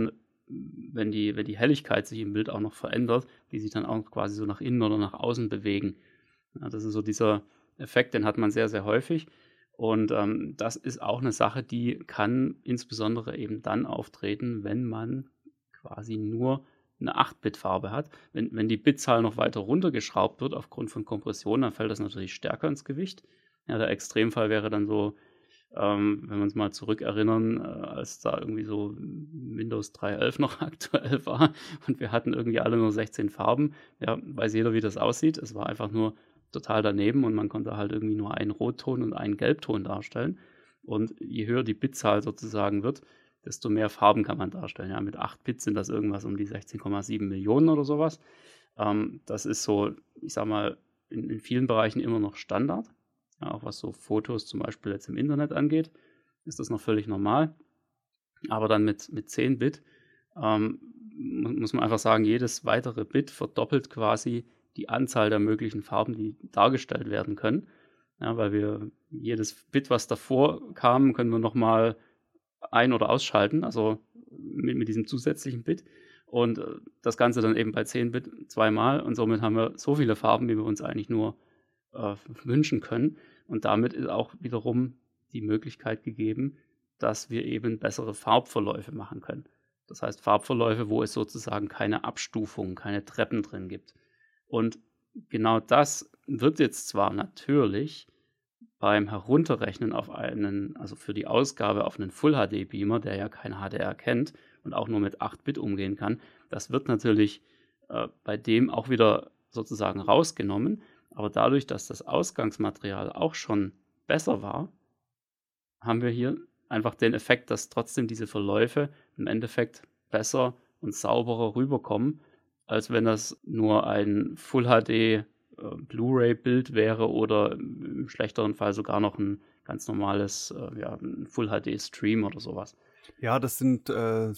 wenn die, wenn die Helligkeit sich im Bild auch noch verändert, die sich dann auch quasi so nach innen oder nach außen bewegen. Ja, das ist so dieser Effekt, den hat man sehr, sehr häufig. Und ähm, das ist auch eine Sache, die kann insbesondere eben dann auftreten, wenn man quasi nur eine acht-Bit-Farbe hat. Wenn, wenn die Bitzahl noch weiter runtergeschraubt wird aufgrund von Kompression, dann fällt das natürlich stärker ins Gewicht. Ja, der Extremfall wäre dann so, ähm, wenn wir uns mal zurückerinnern, äh, als da irgendwie so Windows drei Punkt elf noch aktuell war und wir hatten irgendwie alle nur sechzehn Farben. Ja, weiß jeder, wie das aussieht. Es war einfach nur total daneben und man konnte halt irgendwie nur einen Rotton und einen Gelbton darstellen. Und je höher die Bitzahl sozusagen wird, desto mehr Farben kann man darstellen. Ja, mit acht Bit sind das irgendwas um die sechzehn Komma sieben Millionen oder sowas. Ähm, das ist so, ich sag mal, in, in vielen Bereichen immer noch Standard. Ja, auch was so Fotos zum Beispiel jetzt im Internet angeht, ist das noch völlig normal. Aber dann mit, mit zehn Bit ähm, muss man einfach sagen, jedes weitere Bit verdoppelt quasi die Anzahl der möglichen Farben, die dargestellt werden können. Ja, weil wir jedes Bit, was davor kam, können wir nochmal ein- oder ausschalten, also mit, mit diesem zusätzlichen Bit. Und äh, das Ganze dann eben bei zehn Bit zweimal. Und somit haben wir so viele Farben, wie wir uns eigentlich nur äh, wünschen können. Und damit ist auch wiederum die Möglichkeit gegeben, dass wir eben bessere Farbverläufe machen können. Das heißt Farbverläufe, wo es sozusagen keine Abstufungen, keine Treppen drin gibt. Und genau das wird jetzt zwar natürlich beim Herunterrechnen auf einen, also für die Ausgabe auf einen Full-H D-Beamer, der ja kein H D R kennt und auch nur mit acht Bit umgehen kann, das wird natürlich äh, bei dem auch wieder sozusagen rausgenommen. Aber dadurch, dass das Ausgangsmaterial auch schon besser war, haben wir hier einfach den Effekt, dass trotzdem diese Verläufe im Endeffekt besser und sauberer rüberkommen, als wenn das nur ein Full-H D äh, Blu-ray-Bild wäre oder im schlechteren Fall sogar noch ein ganz normales äh, ja, ein Full-H D-Stream oder sowas. Ja, das sind äh,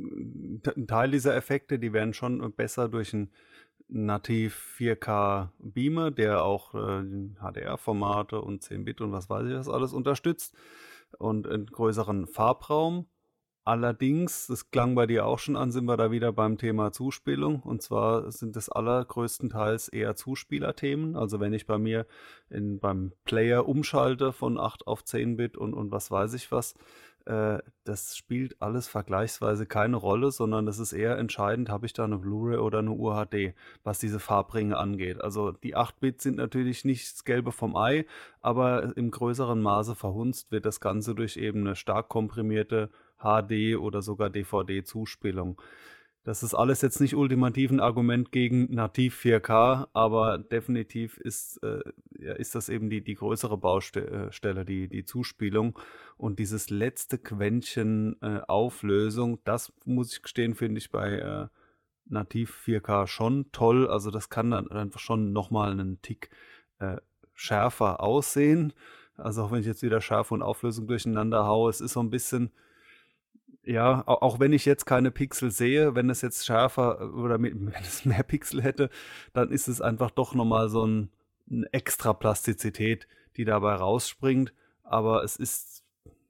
ein Teil dieser Effekte, die werden schon besser durch einen nativ vier K Beamer, der auch äh, H D R-Formate und zehn Bit und was weiß ich was alles unterstützt und einen größeren Farbraum. Allerdings, das klang bei dir auch schon an, sind wir da wieder beim Thema Zuspielung. Und zwar sind es allergrößtenteils eher Zuspielerthemen. Also wenn ich bei mir in, beim Player umschalte von acht auf zehn Bit und, und was weiß ich was, äh, das spielt alles vergleichsweise keine Rolle, sondern das ist eher entscheidend, habe ich da eine Blu-ray oder eine U H D, was diese Farbringe angeht. Also die acht Bit sind natürlich nicht das Gelbe vom Ei, aber im größeren Maße verhunzt wird das Ganze durch eben eine stark komprimierte H D oder sogar D V D-Zuspielung. Das ist alles jetzt nicht ultimativ ein Argument gegen nativ vier K, aber definitiv ist, äh, ja, ist das eben die, die größere Baustelle, die, die Zuspielung. Und dieses letzte Quäntchen äh, Auflösung, das muss ich gestehen, finde ich bei äh, nativ vier K schon toll. Also das kann dann einfach schon nochmal einen Tick äh, schärfer aussehen. Also auch wenn ich jetzt wieder Schärfe und Auflösung durcheinander haue, es ist so ein bisschen... Ja, au- auch wenn ich jetzt keine Pixel sehe, wenn es jetzt schärfer äh, oder mit, wenn es mehr Pixel hätte, dann ist es einfach doch nochmal so ein, eine extra Plastizität, die dabei rausspringt. Aber es ist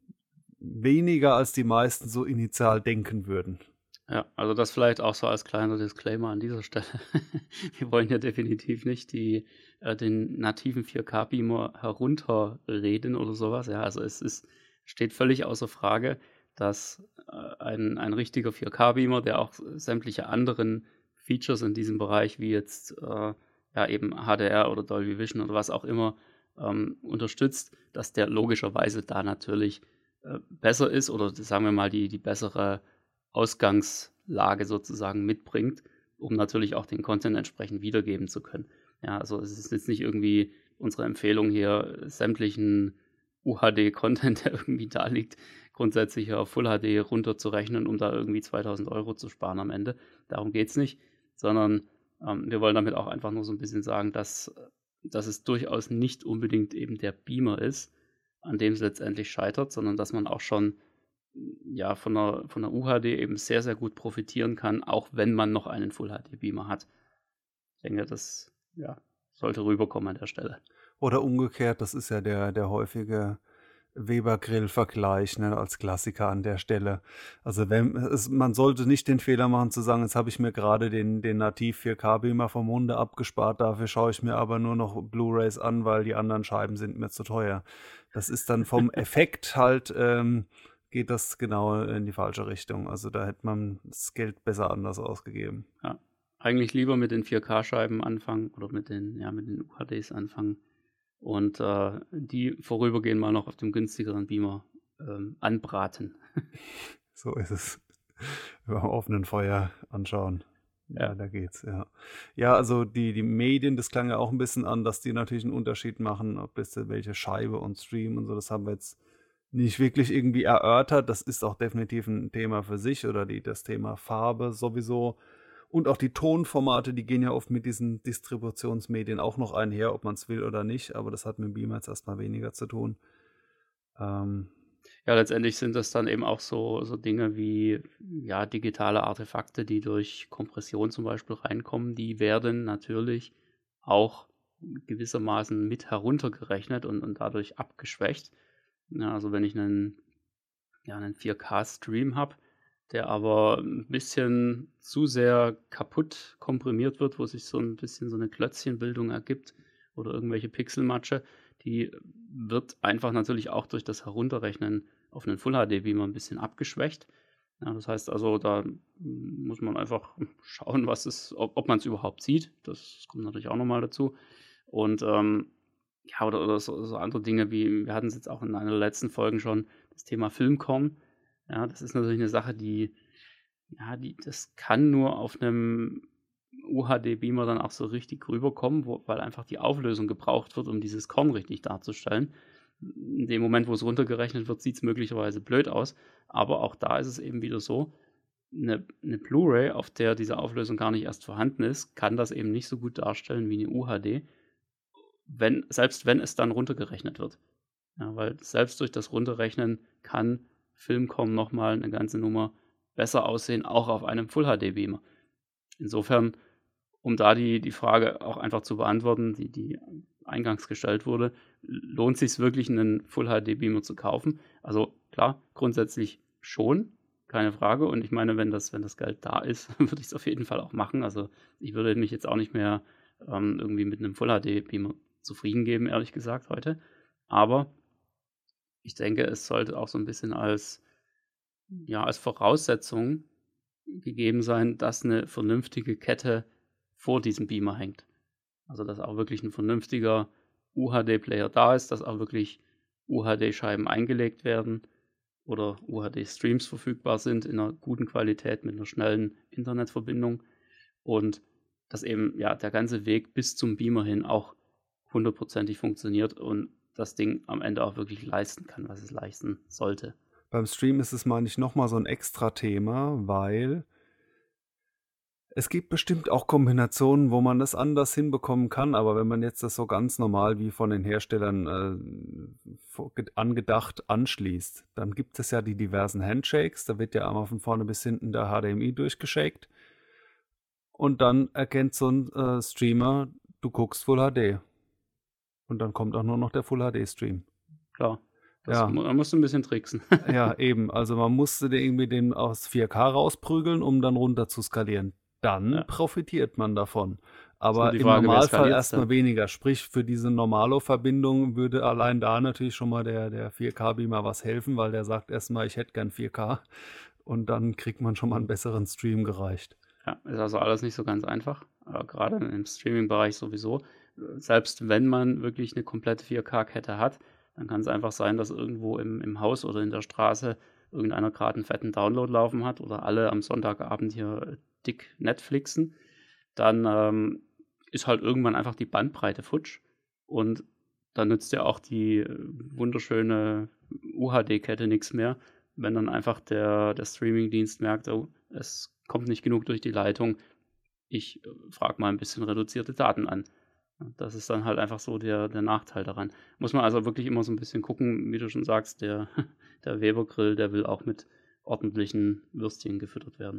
weniger, als die meisten so initial denken würden. Ja, also das vielleicht auch so als kleiner Disclaimer an dieser Stelle. Wir wollen ja definitiv nicht die, äh, den nativen vier K Beamer herunterreden oder sowas. Ja, also es ist, steht völlig außer Frage, dass äh, ein, ein richtiger vier K Beamer, der auch sämtliche anderen Features in diesem Bereich, wie jetzt äh, ja eben H D R oder Dolby Vision oder was auch immer, ähm, unterstützt, dass der logischerweise da natürlich äh, besser ist oder sagen wir mal die, die bessere Ausgangslage sozusagen mitbringt, um natürlich auch den Content entsprechend wiedergeben zu können. Ja, also es ist jetzt nicht irgendwie unsere Empfehlung hier, sämtlichen U H D-Content, der irgendwie da liegt, grundsätzlich auf Full H D runterzurechnen, um da irgendwie zweitausend Euro zu sparen am Ende. Darum geht es nicht, sondern ähm, wir wollen damit auch einfach nur so ein bisschen sagen, dass, dass es durchaus nicht unbedingt eben der Beamer ist, an dem es letztendlich scheitert, sondern dass man auch schon ja, von der, von der U H D eben sehr, sehr gut profitieren kann, auch wenn man noch einen Full H D Beamer hat. Ich denke, das ja, sollte rüberkommen an der Stelle. Oder umgekehrt, das ist ja der, der häufige Weber-Grill-Vergleich, ne, als Klassiker an der Stelle. Also wenn es, man sollte nicht den Fehler machen zu sagen, jetzt habe ich mir gerade den, den Nativ vier K-Beamer vom Munde abgespart, dafür schaue ich mir aber nur noch Blu-Rays an, weil die anderen Scheiben sind mir zu teuer. Das ist dann vom Effekt halt, ähm, geht das genau in die falsche Richtung. Also da hätte man das Geld besser anders ausgegeben. Ja, eigentlich lieber mit den vier K-Scheiben anfangen oder mit den, ja, mit den U H Ds anfangen und äh, die vorübergehend mal noch auf dem günstigeren Beamer ähm, anbraten. So ist es. Über dem offenen Feuer anschauen. Ja, Ja. da geht's, ja. Ja, also die, die Medien, das klang ja auch ein bisschen an, dass die natürlich einen Unterschied machen, ob das welche Scheibe und Stream und so, das haben wir jetzt nicht wirklich irgendwie erörtert. Das ist auch definitiv ein Thema für sich oder die, das Thema Farbe sowieso. Und auch die Tonformate, die gehen ja oft mit diesen Distributionsmedien auch noch einher, ob man es will oder nicht. Aber das hat mit dem Beamer jetzt erstmal weniger zu tun. Ähm, Ja, letztendlich sind das dann eben auch so, so Dinge wie ja, digitale Artefakte, die durch Kompression zum Beispiel reinkommen. Die werden natürlich auch gewissermaßen mit heruntergerechnet und, und dadurch abgeschwächt. Ja, also wenn ich einen, ja, einen vier K-Stream habe, der aber ein bisschen zu sehr kaputt komprimiert wird, wo sich so ein bisschen so eine Klötzchenbildung ergibt oder irgendwelche Pixelmatsche, die wird einfach natürlich auch durch das Herunterrechnen auf einen Full H D-Beamer ein bisschen abgeschwächt. Ja, das heißt also, da muss man einfach schauen, was es, ob, ob man es überhaupt sieht. Das kommt natürlich auch nochmal dazu. Und ähm, ja, oder, oder so, so andere Dinge wie, wir hatten es jetzt auch in einer der letzten Folgen schon, das Thema Filmkorn. Ja, das ist natürlich eine Sache, die, ja, die, das kann nur auf einem U H D-Beamer dann auch so richtig rüberkommen, wo, weil einfach die Auflösung gebraucht wird, um dieses Korn richtig darzustellen. In dem Moment, wo es runtergerechnet wird, sieht es möglicherweise blöd aus, aber auch da ist es eben wieder so, eine, eine Blu-ray, auf der diese Auflösung gar nicht erst vorhanden ist, kann das eben nicht so gut darstellen wie eine U H D, wenn, selbst wenn es dann runtergerechnet wird. Ja, weil selbst durch das Runterrechnen kann Filmcom nochmal eine ganze Nummer besser aussehen, auch auf einem Full H D-Beamer. Insofern, um da die, die Frage auch einfach zu beantworten, die, die eingangs gestellt wurde, lohnt es sich wirklich, einen Full H D-Beamer zu kaufen? Also klar, grundsätzlich schon, keine Frage. Und ich meine, wenn das, wenn das Geld da ist, würde ich es auf jeden Fall auch machen. Also ich würde mich jetzt auch nicht mehr ähm, irgendwie mit einem Full H D-Beamer zufrieden geben, ehrlich gesagt, heute. Aber ich denke, es sollte auch so ein bisschen als, ja, als Voraussetzung gegeben sein, dass eine vernünftige Kette vor diesem Beamer hängt. Also dass auch wirklich ein vernünftiger U H D-Player da ist, dass auch wirklich U H D-Scheiben eingelegt werden oder U H D-Streams verfügbar sind in einer guten Qualität mit einer schnellen Internetverbindung und dass eben ja der ganze Weg bis zum Beamer hin auch hundertprozentig funktioniert und das Ding am Ende auch wirklich leisten kann, was es leisten sollte. Beim Stream ist es, meine ich, nochmal so ein extra Thema, weil es gibt bestimmt auch Kombinationen, wo man das anders hinbekommen kann, aber wenn man jetzt das so ganz normal wie von den Herstellern äh, vor- ge- angedacht anschließt, dann gibt es ja die diversen Handshakes, da wird ja einmal von vorne bis hinten der H D M I durchgeschakt und dann erkennt so ein äh, Streamer, du guckst Full H D und dann kommt auch nur noch der Full H D-Stream. Klar, das, Ja. mu- da musst du ein bisschen tricksen. Ja, eben. Also man musste den irgendwie den aus vier K rausprügeln, um dann runter zu skalieren. Dann Ja. profitiert man davon. nur Aber die im Frage, wer Normalfall skaliert's erstmal dann? weniger. Sprich, für diese Normalo-Verbindung würde allein da natürlich schon mal der, der vier K-Beamer was helfen, weil der sagt erstmal, ich hätte gern vier K. Und dann kriegt man schon mal einen besseren Stream gereicht. Ja, ist also alles nicht so ganz einfach, aber gerade im Streaming-Bereich sowieso. Selbst wenn man wirklich eine komplette vier K-Kette hat, dann kann es einfach sein, dass irgendwo im, im Haus oder in der Straße irgendeiner gerade einen fetten Download laufen hat oder alle am Sonntagabend hier dick Netflixen. Dann ähm, ist halt irgendwann einfach die Bandbreite futsch und dann nützt ja auch die äh, wunderschöne U H D-Kette nichts mehr, wenn dann einfach der, der Streaming-Dienst merkt, oh, es kommt nicht genug durch die Leitung, ich äh, frage mal ein bisschen reduzierte Daten an. Ja, das ist dann halt einfach so der, der Nachteil daran. Muss man also wirklich immer so ein bisschen gucken, wie du schon sagst, der, der Weber-Grill, der will auch mit ordentlichen Würstchen gefüttert werden.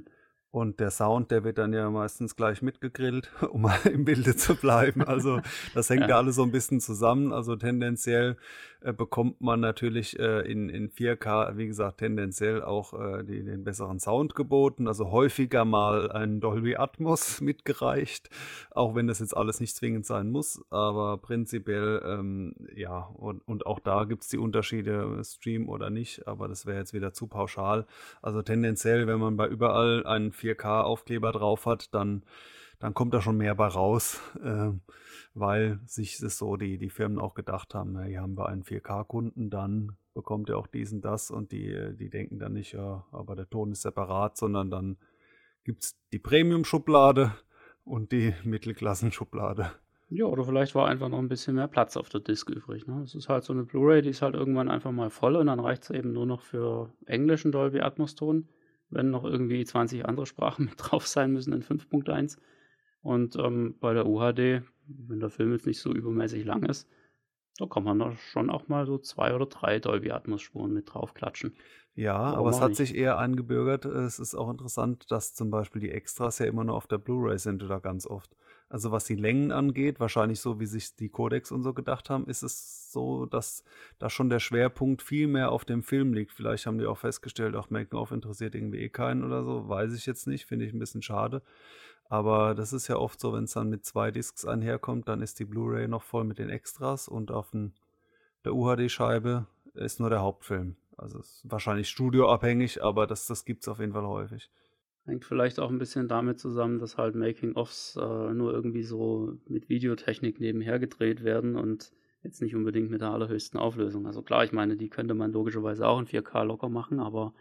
Und der Sound, der wird dann ja meistens gleich mitgegrillt, um mal im Bilde zu bleiben. Also das hängt ja Ja, alles so ein bisschen zusammen. Also tendenziell äh, bekommt man natürlich äh, in, in vier K, wie gesagt, tendenziell auch äh, die, den besseren Sound geboten. Also häufiger mal ein Dolby Atmos mitgereicht, auch wenn das jetzt alles nicht zwingend sein muss. Aber prinzipiell, ähm, ja, und, und auch da gibt es die Unterschiede, Stream oder nicht. Aber das wäre jetzt wieder zu pauschal. Also tendenziell, wenn man bei überall einen vier K-Aufkleber drauf hat, dann, dann kommt da schon mehr bei raus, äh, weil sich das so die, die Firmen auch gedacht haben, na, hier haben wir einen vier K-Kunden, dann bekommt er auch diesen, das und die, die denken dann nicht, ja, aber der Ton ist separat, sondern dann gibt es die Premium-Schublade und die Mittelklassen-Schublade. ja, oder vielleicht war einfach noch ein bisschen mehr Platz auf der Disk übrig. Ne? Es ist halt so eine Blu-ray, die ist halt irgendwann einfach mal voll und dann reicht es eben nur noch für englischen Dolby Atmos Ton, wenn noch irgendwie zwanzig andere Sprachen mit drauf sein müssen in fünf Punkt eins. Und ähm, bei der U H D, wenn der Film jetzt nicht so übermäßig lang ist, da kann man da schon auch mal so zwei oder drei Dolby Atmos Spuren mit draufklatschen. Ja, aber Warum es auch hat nicht? sich eher eingebürgert. Es ist auch interessant, dass zum Beispiel die Extras ja immer nur auf der Blu-ray sind oder ganz oft. Also was die Längen angeht, wahrscheinlich so, wie sich die Codecs und so gedacht haben, ist es so, dass da schon der Schwerpunkt viel mehr auf dem Film liegt. Vielleicht haben die auch festgestellt, auch Making-of interessiert irgendwie eh keinen oder so. Weiß ich jetzt nicht, finde ich ein bisschen schade. Aber das ist ja oft so, wenn es dann mit zwei Discs einherkommt, dann ist die Blu-ray noch voll mit den Extras und auf den, der U H D-Scheibe ist nur der Hauptfilm. Also es ist wahrscheinlich studioabhängig, aber das, das gibt es auf jeden Fall häufig. Hängt vielleicht auch ein bisschen damit zusammen, dass halt Making-ofs äh, nur irgendwie so mit Videotechnik nebenher gedreht werden und jetzt nicht unbedingt mit der allerhöchsten Auflösung. Also klar, ich meine, die könnte man logischerweise auch in vier K locker machen, aber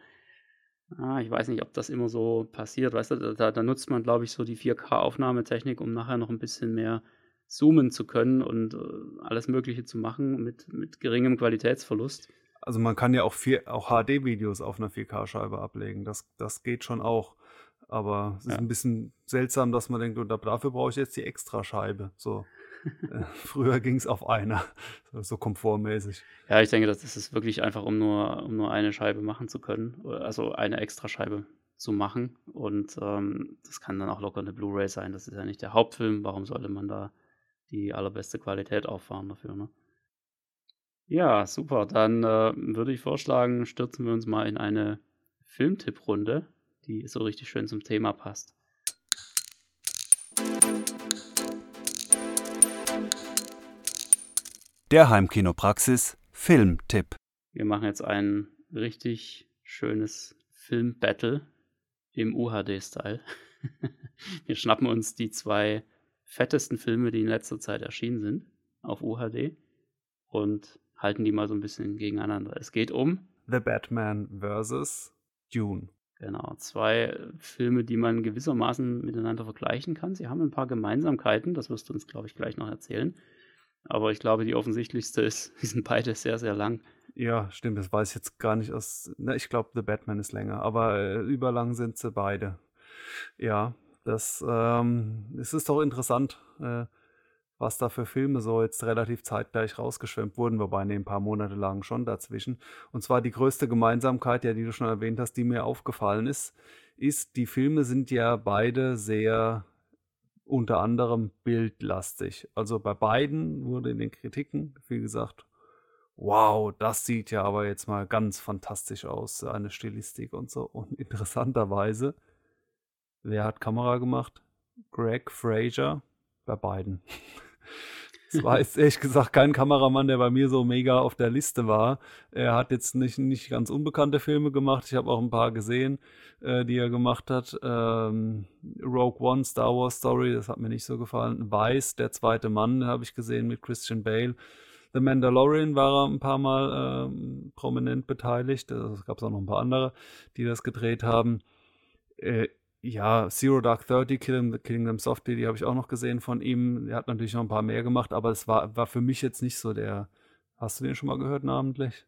ah, ich weiß nicht, ob das immer so passiert. Weißt du, da, da nutzt man, glaube ich, so die vier K-Aufnahmetechnik, um nachher noch ein bisschen mehr zoomen zu können und äh, alles Mögliche zu machen mit, mit geringem Qualitätsverlust. Also man kann ja auch, vier, auch H D-Videos auf einer vier K-Scheibe ablegen. Das, das geht schon auch. Aber es ist Ja. ein bisschen seltsam, dass man denkt, und dafür brauche ich jetzt die Extrascheibe. So. Äh, früher ging es auf einer, so so komfortmäßig. Ja, ich denke, das das ist wirklich einfach, um nur, um nur eine Scheibe machen zu können, oder- also eine Extrascheibe zu machen. Und ähm, das kann dann auch locker eine Blu-ray sein. Das ist ja nicht der Hauptfilm. Warum sollte man da die allerbeste Qualität auffahren dafür, ne? Ja, super. Dann äh, würde ich vorschlagen, stürzen wir uns mal in eine Filmtipprunde, die so richtig schön zum Thema passt. Der Heimkinopraxis Filmtipp. Wir machen jetzt ein richtig schönes Film-Battle im U H D-Style. Wir schnappen uns die zwei fettesten Filme, die in letzter Zeit erschienen sind, auf U H D und halten die mal so ein bisschen gegeneinander. Es geht um, The Batman versus. Dune. genau, zwei Filme, die man gewissermaßen miteinander vergleichen kann. Sie haben ein paar Gemeinsamkeiten, das wirst du uns, glaube ich, gleich noch erzählen. Aber ich glaube, die offensichtlichste ist, die sind beide sehr, sehr lang. Ja, stimmt, das weiß ich jetzt gar nicht aus. Na, ich glaube, The Batman ist länger, aber äh, überlang sind sie beide. Ja, das ähm, es ist doch interessant, äh, was da für Filme so jetzt relativ zeitgleich rausgeschwemmt wurden, wobei ne, ein paar Monate lagen schon dazwischen. Und zwar die größte Gemeinsamkeit, ja, die du schon erwähnt hast, die mir aufgefallen ist, ist, die Filme sind ja beide sehr unter anderem bildlastig. Also bei beiden wurde in den Kritiken viel gesagt, wow, das sieht ja aber jetzt mal ganz fantastisch aus, eine Stilistik und so. Und interessanterweise, wer hat Kamera gemacht? Greg Fraser bei beiden. Es war jetzt ehrlich gesagt kein Kameramann, der bei mir so mega auf der Liste war. Er hat jetzt nicht, nicht ganz unbekannte Filme gemacht. Ich habe auch ein paar gesehen, äh, die er gemacht hat. Ähm, Rogue One, Star Wars Story, das hat mir nicht so gefallen. Vice, der zweite Mann, habe ich gesehen mit Christian Bale. The Mandalorian war er ein paar Mal ähm, prominent beteiligt. Es gab auch noch ein paar andere, die das gedreht haben. Äh, ja, Zero Dark Thirty, Killing, Killing Them Softly, die habe ich auch noch gesehen von ihm. Er hat natürlich noch ein paar mehr gemacht, aber es war, war für mich jetzt nicht so der. Hast du den schon mal gehört namentlich?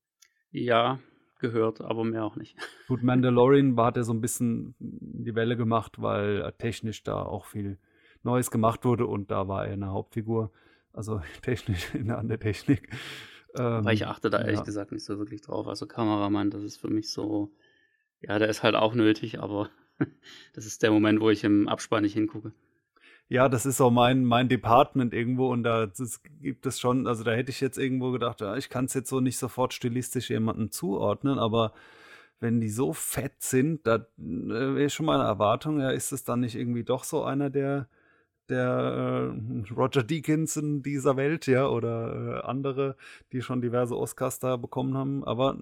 Ja, gehört, aber mehr auch nicht. Gut, Mandalorian war, hat er so ein bisschen die Welle gemacht, weil technisch da auch viel Neues gemacht wurde und da war er eine Hauptfigur. Also technisch an der Technik. Aber ich Ähm, achte da ehrlich ja. gesagt nicht so wirklich drauf. Also Kameramann, das ist für mich so, ja, der ist halt auch nötig, aber Das ist der Moment, wo ich im Abspann nicht hingucke. Ja, das ist auch mein, mein Department irgendwo und da das gibt es schon, also da hätte ich jetzt irgendwo gedacht, ja, ich kann es jetzt so nicht sofort stilistisch jemandem zuordnen, aber wenn die so fett sind, da äh, wäre schon mal eine Erwartung, ja, ist es dann nicht irgendwie doch so einer der, der äh, Roger Deakinson dieser Welt, ja, oder äh, andere, die schon diverse Oscars da bekommen haben, aber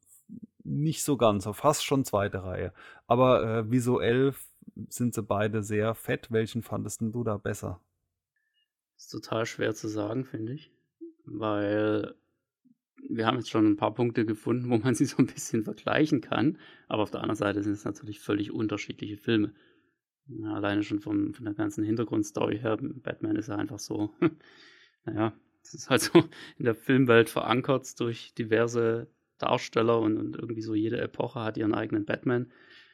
nicht so ganz, so fast schon zweite Reihe. Aber äh, visuell sind sie beide sehr fett. Welchen fandest denn du da besser? Das ist total schwer zu sagen, finde ich, weil wir haben jetzt schon ein paar Punkte gefunden, wo man sie so ein bisschen vergleichen kann, aber auf der anderen Seite sind es natürlich völlig unterschiedliche Filme. Ja, alleine schon vom von der ganzen Hintergrundstory her, Batman ist ja einfach so, naja, es ist halt so in der Filmwelt verankert durch diverse Darsteller und und irgendwie so jede Epoche hat ihren eigenen Batman.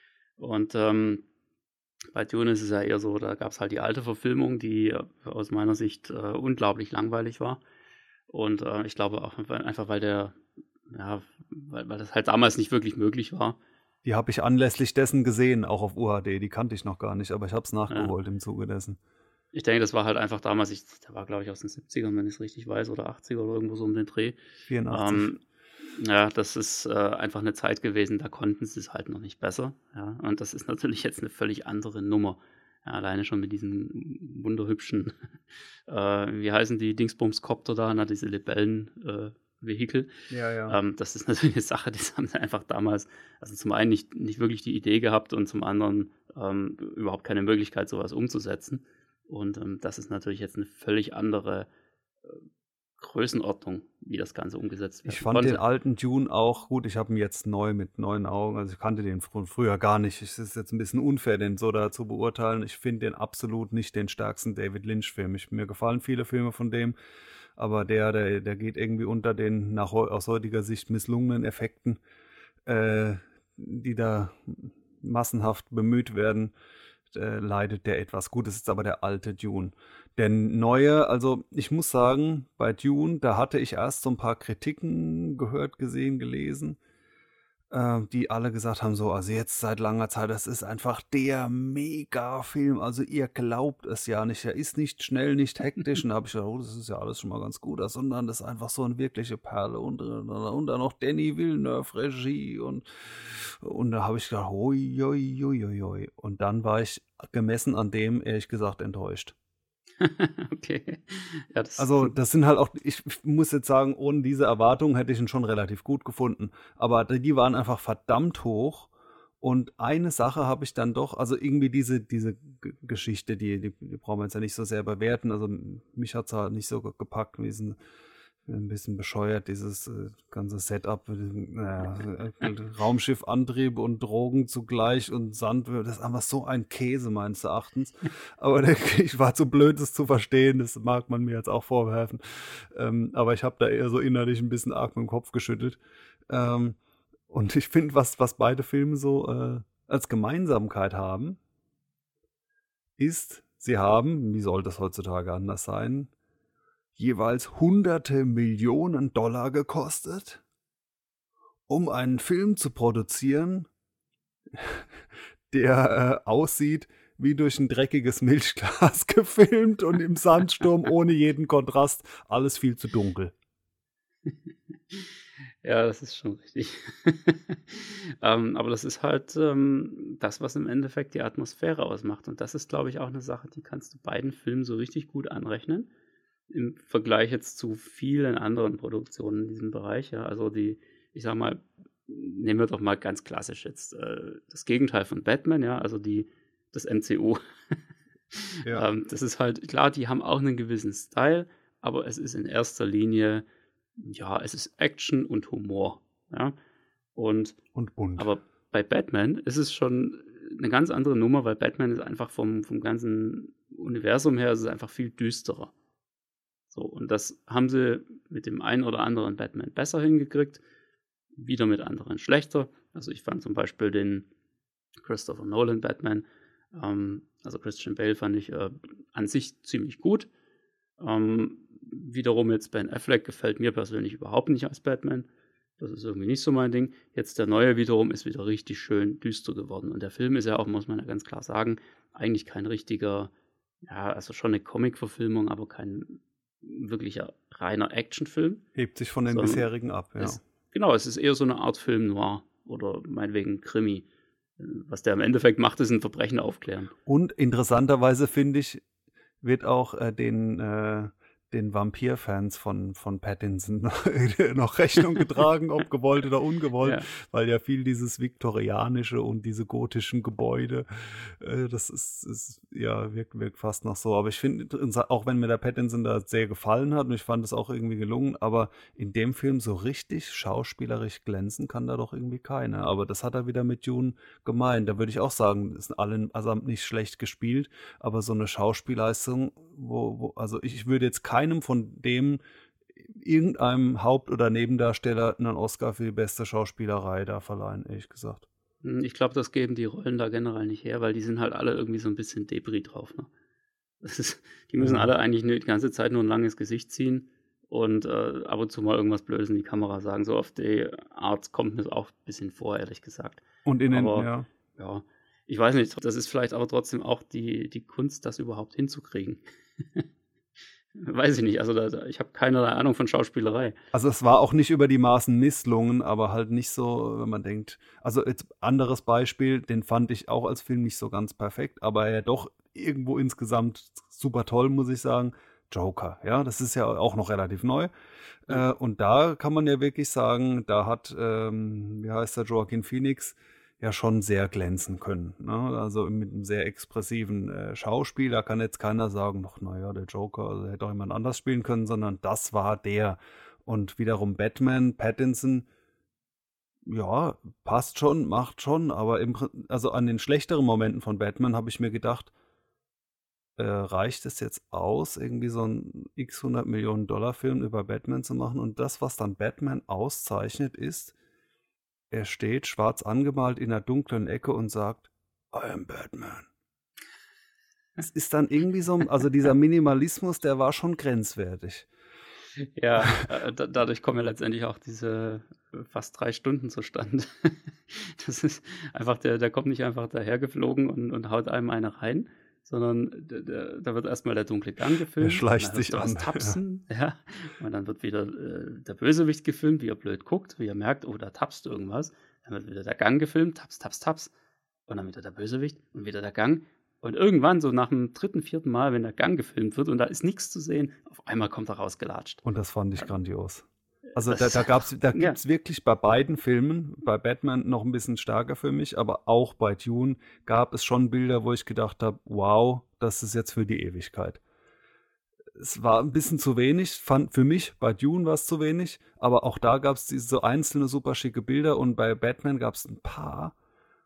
Und, ähm, bei Dune ist es ja eher so, da gab's halt die alte Verfilmung, die äh, aus meiner Sicht, äh, unglaublich langweilig war. Und, äh, ich glaube auch weil einfach, weil der ja, weil weil das halt damals nicht wirklich möglich war. Die habe ich anlässlich dessen gesehen, auch auf U H D. Die kannte ich noch gar nicht, aber ich habe es Ja. nachgeholt im Zuge dessen. Ich denke, das war halt einfach damals ich der war, glaube ich, aus den siebzigern, wenn ich's richtig weiß, oder achtziger oder irgendwo so um den Dreh. vierundachtzig. Ähm, ja, das ist, äh, einfach 'ne Zeit gewesen, da konnten sie's halt noch nicht besser, ja? Und das ist natürlich jetzt 'ne völlig andere Nummer. Ja, alleine schon mit diesen wunderhübschen, äh, wie heißen die Dingsbums-Kopter da, na, diese Libellen, äh, Vehikel. Ja, ja. Ähm, das ist natürlich 'ne Sache, das haben sie einfach damals also zum einen nicht nicht wirklich die Idee gehabt und zum anderen, ähm, überhaupt keine Möglichkeit, so was umzusetzen. Und, ähm, das ist natürlich jetzt 'ne völlig andere, äh, Größenordnung, wie das Ganze umgesetzt Ich werden fand den konnte. alten Dune auch gut. Ich habe ihn jetzt neu mit neuen Augen, also ich kannte den von früher gar nicht. Es ist jetzt ein bisschen unfair, den so da zu beurteilen. Ich finde den absolut nicht den stärksten David Lynch-Film. Ich, mir gefallen viele Filme von dem, aber der, der, der geht irgendwie unter den nach, heu- aus heutiger Sicht misslungenen Effekten, äh, die da massenhaft bemüht werden, äh, leidet der etwas. Gut, es ist aber der alte Dune. Der neue, also ich muss sagen, bei Dune, da hatte ich erst so ein paar Kritiken gehört, gesehen, gelesen, äh, die alle gesagt haben, so, also jetzt seit langer Zeit, das ist einfach der Mega-Film. Also ihr glaubt es ja nicht. Er ist nicht schnell, nicht hektisch. Und da habe ich gedacht, oh, das ist ja alles schon mal ganz gut, sondern das ist einfach so eine wirkliche Perle. Und, äh, und dann noch Denis Villeneuve, Regie. Und, und da habe ich gedacht, hui, hui, hui, hui, hui. Und dann war ich gemessen an dem, ehrlich gesagt, enttäuscht. Okay. Ja, das Also, das sind halt auch, ich muss jetzt sagen, ohne diese Erwartungen hätte ich ihn schon relativ gut gefunden. Aber die waren einfach verdammt hoch. Und eine Sache habe ich dann doch, also irgendwie diese, diese G- Geschichte, die, die, die brauchen wir jetzt ja nicht so sehr bewerten. Also mich hat es halt nicht so ge- gepackt, wie ein ein bisschen bescheuert, dieses äh, ganze Setup, mit dem, naja, äh, Raumschiffantrieb und Drogen zugleich und Sand, das ist einfach so ein Käse meines Erachtens. Aber der, ich war zu blöd, das zu verstehen, das mag man mir jetzt auch vorwerfen. Ähm, aber ich habe da eher so innerlich ein bisschen arg mit dem Kopf geschüttelt. Ähm, und ich finde, was, was beide Filme so äh, als Gemeinsamkeit haben, ist, sie haben, wie soll das heutzutage anders sein, jeweils hunderte Millionen Dollar gekostet, um einen Film zu produzieren, der äh, aussieht wie durch ein dreckiges Milchglas gefilmt und im Sandsturm ohne jeden Kontrast, alles viel zu dunkel. Ja, das ist schon richtig. Ähm, aber das ist halt, ähm, das, was im Endeffekt die Atmosphäre ausmacht. Und das ist, glaube ich, auch eine Sache, die kannst du beiden Filmen so richtig gut anrechnen, im Vergleich jetzt zu vielen anderen Produktionen in diesem Bereich, ja. Also, die ich sage mal, nehmen wir doch mal ganz klassisch jetzt, äh, das Gegenteil von Batman, ja, also die das M C U. Ja. Ähm, das ist halt klar, die haben auch einen gewissen Style, aber es ist in erster Linie ja, es ist Action und Humor, ja? Und Und bunt. aber bei Batman ist es schon eine ganz andere Nummer, weil Batman ist einfach vom vom ganzen Universum her ist es einfach viel düsterer. So, und das haben sie mit dem einen oder anderen Batman besser hingekriegt, wieder mit anderen schlechter. Also, ich fand zum Beispiel den Christopher Nolan Batman, ähm, also Christian Bale fand ich, äh, an sich ziemlich gut. Ähm, wiederum jetzt Ben Affleck gefällt mir persönlich überhaupt nicht als Batman. Das ist irgendwie nicht so mein Ding. Jetzt der neue wiederum ist wieder richtig schön düster geworden. Und der Film ist ja auch, muss man ja ganz klar sagen, eigentlich kein richtiger, ja, also schon eine Comic-Verfilmung, aber kein wirklicher reiner Actionfilm. Hebt sich von den Sondern bisherigen ab, ja. Es, genau, es ist eher so eine Art Film noir oder meinetwegen Krimi. Was der im Endeffekt macht, ist ein Verbrechen aufklären. Und interessanterweise, finde ich, wird auch äh, den, äh, den Vampir-Fans von, von Pattinson noch Rechnung getragen, ob gewollt oder ungewollt, Ja. weil ja viel dieses Viktorianische und diese gotischen Gebäude, äh, das ist, ist ja, wirkt, wirkt fast noch so. Aber ich finde, auch wenn mir der Pattinson da sehr gefallen hat und ich fand es auch irgendwie gelungen, aber in dem Film so richtig schauspielerisch glänzen kann da doch irgendwie keiner. Aber das hat er wieder mit Dune gemeint. Da würde ich auch sagen, ist allen allesamt nicht schlecht gespielt, aber so eine Schauspielleistung, wo, wo also ich, ich würde jetzt keinem von dem irgendeinem Haupt- oder Nebendarsteller einen Oscar für die beste Schauspielerei da verleihen, ehrlich gesagt. Ich glaube, das geben die Rollen da generell nicht her, weil die sind halt alle irgendwie so ein bisschen Debris drauf. Ne? Das ist, die müssen Ja. alle eigentlich die ganze Zeit nur ein langes Gesicht ziehen und äh, ab und zu mal irgendwas Blödes in die Kamera sagen. So auf die Art kommt mir auch ein bisschen vor, ehrlich gesagt. Und in den, Aber ja. ja, ich weiß nicht, das ist vielleicht aber trotzdem auch die, die Kunst, das überhaupt hinzukriegen. Weiß ich nicht, also da, ich habe keinerlei Ahnung von Schauspielerei. Also es war auch nicht über die Maßen misslungen, aber halt nicht so, wenn man denkt, also jetzt anderes Beispiel, den fand ich auch als Film nicht so ganz perfekt, aber ja doch irgendwo insgesamt super toll, muss ich sagen. Joker, ja, das ist ja auch noch relativ neu. Ja. Äh, und da kann man ja wirklich sagen, da hat, ähm, wie heißt der, Joaquin Phoenix, ja schon sehr glänzen können. Ne? Also mit einem sehr expressiven äh, Schauspiel. Da kann jetzt keiner sagen, noch, naja, der Joker, also hätte auch jemand anders spielen können, sondern das war der. Und wiederum Batman, Pattinson, ja, passt schon, macht schon, aber im, Prin- also an den schlechteren Momenten von Batman habe ich mir gedacht, äh, reicht es jetzt aus, irgendwie so einen x hundert Millionen Dollar Film über Batman zu machen? Und das, was dann Batman auszeichnet, ist, er steht schwarz angemalt in einer dunklen Ecke und sagt, I am Batman. Es ist dann irgendwie so, also dieser Minimalismus, der war schon grenzwertig. Ja, äh, da, dadurch kommen ja letztendlich auch diese äh, fast drei Stunden zustande. Das ist einfach, der, der kommt nicht einfach dahergeflogen und, und haut einem eine rein, sondern der, der, da wird erstmal der dunkle Gang gefilmt. Der schleicht und dann hörst sich du was an, ja. tapsen, ja. Und dann wird wieder äh, der Bösewicht gefilmt, wie er blöd guckt, wie er merkt, oh, da tapst irgendwas. Dann wird wieder der Gang gefilmt, taps, taps, taps. Und dann wieder der Bösewicht und wieder der Gang. Und irgendwann, so nach dem dritten, vierten Mal, wenn der Gang gefilmt wird und da ist nichts zu sehen, auf einmal kommt er rausgelatscht. Und das fand ich grandios. Also Das da, ist da gab's, da ja. gibt's wirklich bei beiden Filmen, bei Batman noch ein bisschen stärker für mich, aber auch bei Dune gab es schon Bilder, wo ich gedacht habe, wow, das ist jetzt für die Ewigkeit. Es war ein bisschen zu wenig, fand für mich, bei Dune war es zu wenig, aber auch da gab es diese so einzelne super schicke Bilder und bei Batman gab es ein paar,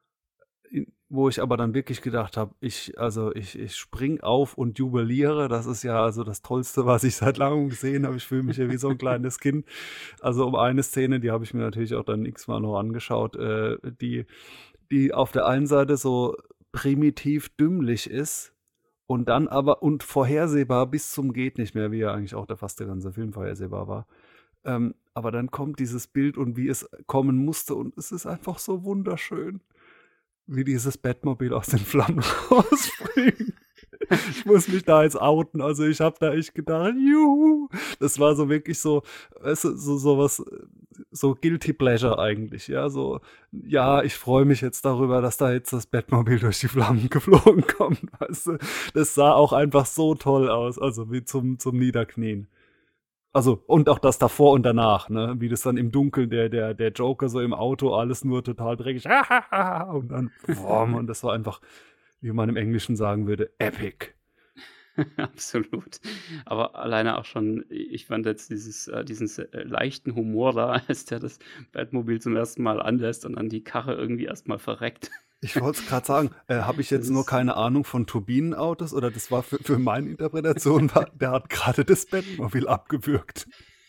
in- wo ich aber dann wirklich gedacht habe, ich, also ich, ich spring auf und jubiliere. Das ist ja also das Tollste, was ich seit langem gesehen habe. Ich fühle mich ja wie so ein kleines Kind. Also um eine Szene, die habe ich mir natürlich auch dann x-mal noch angeschaut, äh, die, die auf der einen Seite so primitiv dümmlich ist und dann aber und vorhersehbar bis zum geht nicht mehr, wie ja eigentlich auch der fast der ganze Film vorhersehbar war. Ähm, aber dann kommt dieses Bild und wie es kommen musste und es ist einfach so wunderschön, wie dieses Batmobil aus den Flammen rausspringt. Ich muss mich da jetzt outen. Also ich habe da echt gedacht, juhu. Das war so wirklich so, weißt du, so sowas, so Guilty Pleasure eigentlich. Ja, so, ja, ich freue mich jetzt darüber, dass da jetzt das Batmobil durch die Flammen geflogen kommt. Weißt du, das sah auch einfach so toll aus, also wie zum, zum Niederknien. Also, und auch das davor und danach, ne? Wie das dann im Dunkeln, der, der, der Joker so im Auto, alles nur total dreckig. Und dann, boom, und das war einfach, wie man im Englischen sagen würde, epic. Absolut. Aber alleine auch schon, ich fand jetzt dieses, äh, diesen äh, leichten Humor da, als der das Batmobil zum ersten Mal anlässt und dann die Karre irgendwie erstmal verreckt. Ich wollte es gerade sagen, äh, habe ich jetzt Das nur ist- keine Ahnung von Turbinenautos oder das war für, für meine Interpretation, war, der hat gerade das Batmobil abgewürgt.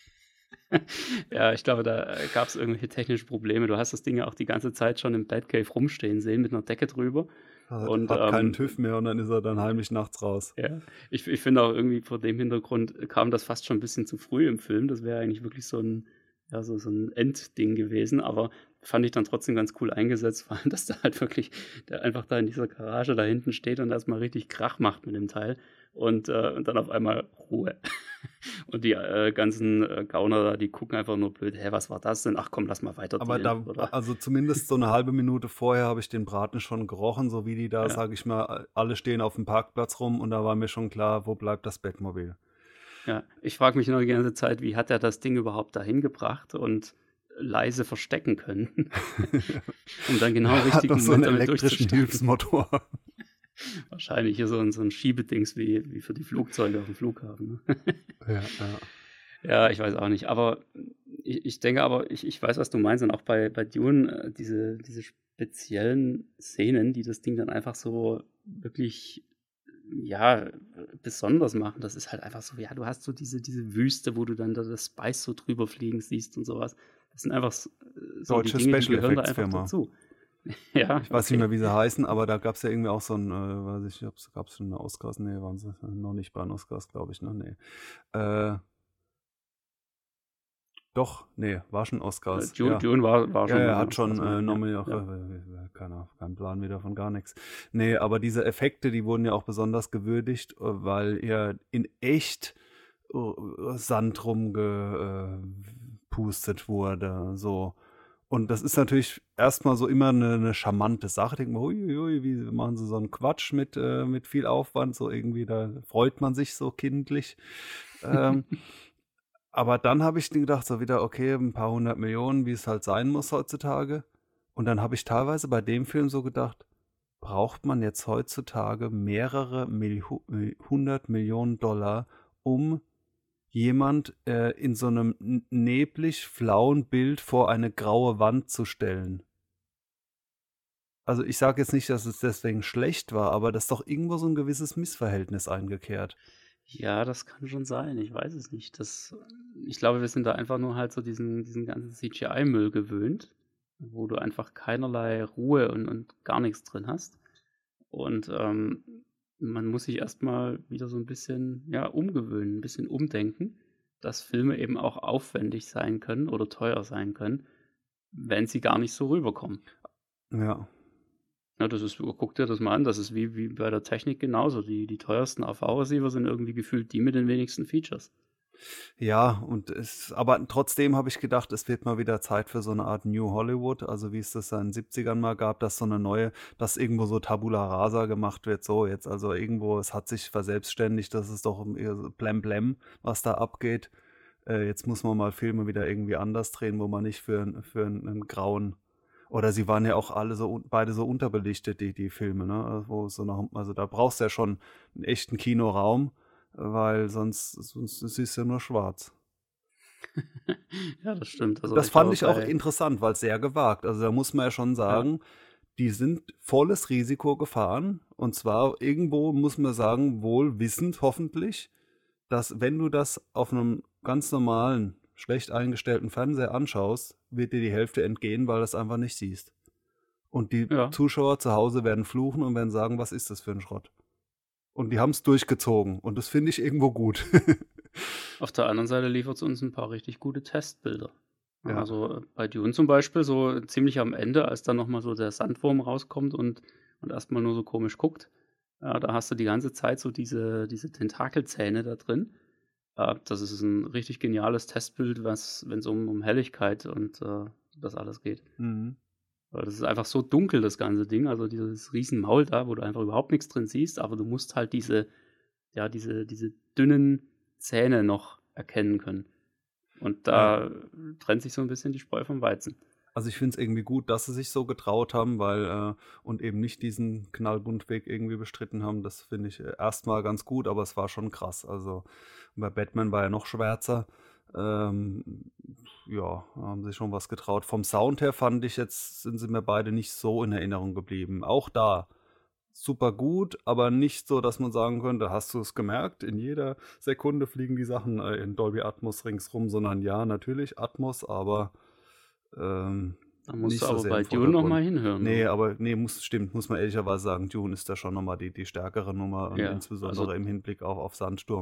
Ja, ich glaube, da gab es irgendwelche technische Probleme. Du hast das Ding ja auch die ganze Zeit schon im Batcave rumstehen sehen mit einer Decke drüber. Hat, Und, hat keinen ähm, TÜV mehr und dann ist er dann heimlich nachts raus. Ja, ich, ich finde auch irgendwie vor dem Hintergrund kam das fast schon ein bisschen zu früh im Film. Das wäre eigentlich wirklich so ein, ja, so, so ein Endding gewesen, aber fand ich dann trotzdem ganz cool eingesetzt, vor allem, dass der halt wirklich, der einfach da in dieser Garage da hinten steht und erstmal richtig Krach macht mit dem Teil und, äh, und dann auf einmal Ruhe. Und die äh, ganzen äh, Gauner da, die gucken einfach nur blöd, hä, was war das denn? Ach komm, lass mal weiter Aber dealen, da, oder? also zumindest so eine halbe Minute vorher habe ich den Braten schon gerochen, so wie die da, Ja. sage ich mal, alle stehen auf dem Parkplatz rum und da war mir schon klar, wo bleibt das Bettmobil. Ja, ich frage mich nur die ganze Zeit, wie hat er das Ding überhaupt dahin gebracht und leise verstecken können, um dann genau im Hat richtigen doch so einen Moment damit elektrischen durchzustarten. Hilfsmotor. Wahrscheinlich hier so ein, so ein Schiebedings wie, wie für die Flugzeuge auf dem Flughafen. Ne? Ja, ja. Ja, ich weiß auch nicht. Aber ich, ich denke aber, ich, ich weiß, was du meinst. Und auch bei, bei Dune, äh, diese, diese speziellen Szenen, die das Ding dann einfach so wirklich, ja, besonders machen. Das ist halt einfach so, ja, du hast so diese, diese Wüste, wo du dann da das Spice so drüber fliegen siehst und sowas. Das sind einfach so so die Deutsche Dinge, die Special gehören da Effects einfach Firma. dazu. Ja, Ich weiß okay. nicht mehr, wie sie heißen, aber da gab es ja irgendwie auch so ein, äh, weiß ich, gab es schon eine Oscars? Nee, waren sie noch nicht bei den Oscars, glaube ich, ne? Nee. Äh, doch, nee, war schon Äh, Oscars. Dune, Ja, Dune war, war ja, schon er bei hat schon Oscars, äh, ja. nominiert, Ja. äh, keiner, kein Plan wieder von gar nichts. Nee, aber diese Effekte, die wurden ja auch besonders gewürdigt, äh, weil ja in echt äh, Sand rumgepustet wurde, so. Und das ist natürlich erstmal so immer eine, eine charmante Sache. Denkt man, uiuiui, wie machen sie so einen Quatsch mit, äh, mit viel Aufwand, so irgendwie, da freut man sich so kindlich. Ähm, aber dann habe ich gedacht, so wieder, okay, ein paar hundert Millionen, wie es halt sein muss heutzutage. Und dann habe ich teilweise bei dem Film so gedacht, braucht man jetzt heutzutage mehrere Mil hundert Millionen Dollar, um jemand äh, in so einem n- neblig flauen Bild vor eine graue Wand zu stellen? Also ich sage jetzt nicht, dass es deswegen schlecht war, aber das ist doch irgendwo so ein gewisses Missverhältnis eingekehrt. Ja, das kann schon sein. Ich weiß es nicht. Das, ich glaube, wir sind da einfach nur halt so diesen, diesen ganzen C G I-Müll gewöhnt, wo du einfach keinerlei Ruhe und, und gar nichts drin hast. Und ähm, man muss sich erstmal wieder so ein bisschen, ja, umgewöhnen, ein bisschen umdenken, dass Filme eben auch aufwendig sein können oder teuer sein können, wenn sie gar nicht so rüberkommen. Ja. Ja, das ist, guck dir das mal an, das ist wie, wie bei der Technik genauso. Die, die teuersten A V-Receiver sind irgendwie gefühlt die mit den wenigsten Features. Ja, und es, aber trotzdem habe ich gedacht, es wird mal wieder Zeit für so eine Art New Hollywood, also wie es das in den siebzigern mal gab, dass so eine neue, dass irgendwo so Tabula Rasa gemacht wird, so jetzt, also irgendwo, es hat sich verselbstständigt, das ist doch eher so blem blem, was da abgeht. Äh, jetzt muss man mal Filme wieder irgendwie anders drehen, wo man nicht für, für einen, einen grauen, oder sie waren ja auch alle so, un- beide so unterbelichtet, die, die Filme, ne? Also, wo es so nach, also da brauchst du ja schon einen echten Kinoraum, weil sonst, sonst siehst du ja nur schwarz. Ja, das stimmt. Also Das ich fand glaube ich auch bei, interessant, weil sehr gewagt. Also da muss man ja schon ja, sagen, die sind volles Risiko gefahren. Und zwar irgendwo muss man sagen, wohl wissend hoffentlich, dass wenn du das auf einem ganz normalen, schlecht eingestellten Fernseher anschaust, wird dir die Hälfte entgehen, weil du es einfach nicht siehst. Und die ja, Zuschauer zu Hause werden fluchen und werden sagen, was ist das für ein Schrott? Und die haben es durchgezogen. Und das finde ich irgendwo gut. auf der anderen Seite liefert es uns ein paar richtig gute Testbilder. Ja, Ja. also äh, bei Dune zum Beispiel, so ziemlich am Ende, als dann nochmal so der Sandwurm rauskommt und, und erstmal nur so komisch guckt, ja, da hast du die ganze Zeit so diese, diese Tentakelzähne da drin. Äh, das ist ein richtig geniales Testbild, was, wenn es um, um Helligkeit und äh, das alles geht. Mhm. Weil das ist einfach so dunkel, das ganze Ding, also dieses riesen Maul da, wo du einfach überhaupt nichts drin siehst, aber du musst halt diese, ja, diese, diese dünnen Zähne noch erkennen können. Und Ja. da trennt sich so ein bisschen die Spreu vom Weizen. Also ich finde es irgendwie gut, dass sie sich so getraut haben, weil äh, und eben nicht diesen Knallbuntweg irgendwie bestritten haben. Das finde ich äh, erstmal ganz gut, aber es war schon krass. Also bei Batman war ja noch schwärzer. Ähm, ja, haben sie schon was getraut. Vom Sound her fand ich jetzt, sind sie mir beide nicht so in Erinnerung geblieben. Auch da super gut, aber nicht so, dass man sagen könnte, hast du es gemerkt? In jeder Sekunde fliegen die Sachen äh, in Dolby Atmos ringsrum, sondern ja, natürlich Atmos, aber ähm, Da musst nicht du so aber sehr bei im Dune nochmal Vordergrund. hinhören. Nee, So. aber nee, muss, stimmt, muss man ehrlicherweise sagen, Dune ist da schon nochmal die, die stärkere Nummer und Ja, insbesondere also im Hinblick auch auf Sandsturm.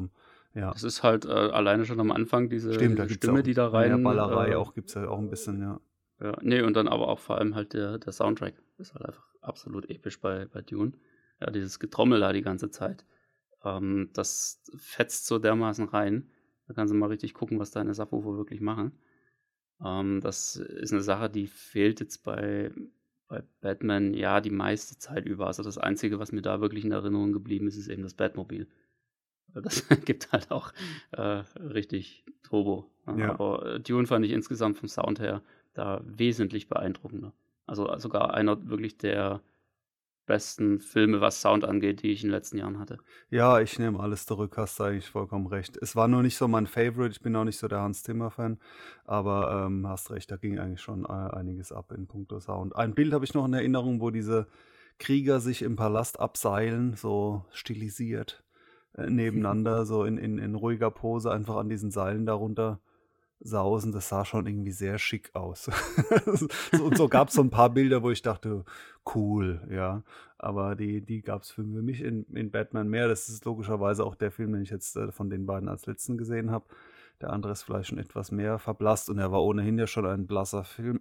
Ja. Es ist halt äh, alleine schon am Anfang diese, Stimmt, da diese gibt's Stimme, auch die da mehr rein. Ballerei Äh, auch, gibt's ja auch ein bisschen, ja. ja, nee, und dann aber auch vor allem halt der, der Soundtrack. Ist halt einfach absolut episch bei, bei Dune. Ja, dieses Getrommel da die ganze Zeit. Ähm, das fetzt so dermaßen rein. Da kannst du mal richtig gucken, was deine Subwoofer wirklich machen. Ähm, das ist eine Sache, die fehlt jetzt bei, bei Batman ja die meiste Zeit über. Also das Einzige, was mir da wirklich in Erinnerung geblieben ist, ist eben das Batmobil. Das gibt halt auch äh, richtig Turbo. Ja. Ja. Aber äh, Dune fand ich insgesamt vom Sound her da wesentlich beeindruckender. Also äh, sogar einer wirklich der besten Filme, was Sound angeht, die ich in den letzten Jahren hatte. Ja, ich nehme alles zurück, hast du eigentlich vollkommen recht. Es war nur nicht so mein Favorite, ich bin auch nicht so der Hans Zimmer-Fan, aber ähm, hast recht, da ging eigentlich schon äh, einiges ab in puncto Sound. Ein Bild habe ich noch in Erinnerung, wo diese Krieger sich im Palast abseilen, so stilisiert äh, nebeneinander, so in, in, in ruhiger Pose einfach an diesen Seilen darunter sausen. Das sah schon irgendwie sehr schick aus. So- Und so gab es so ein paar Bilder, wo ich dachte, cool, ja. Aber die, die gab es für mich in, in Batman mehr. Das ist logischerweise auch der Film, den ich jetzt äh, von den beiden als letzten gesehen habe. Der andere ist vielleicht schon etwas mehr verblasst und er war ohnehin ja schon ein blasser Film.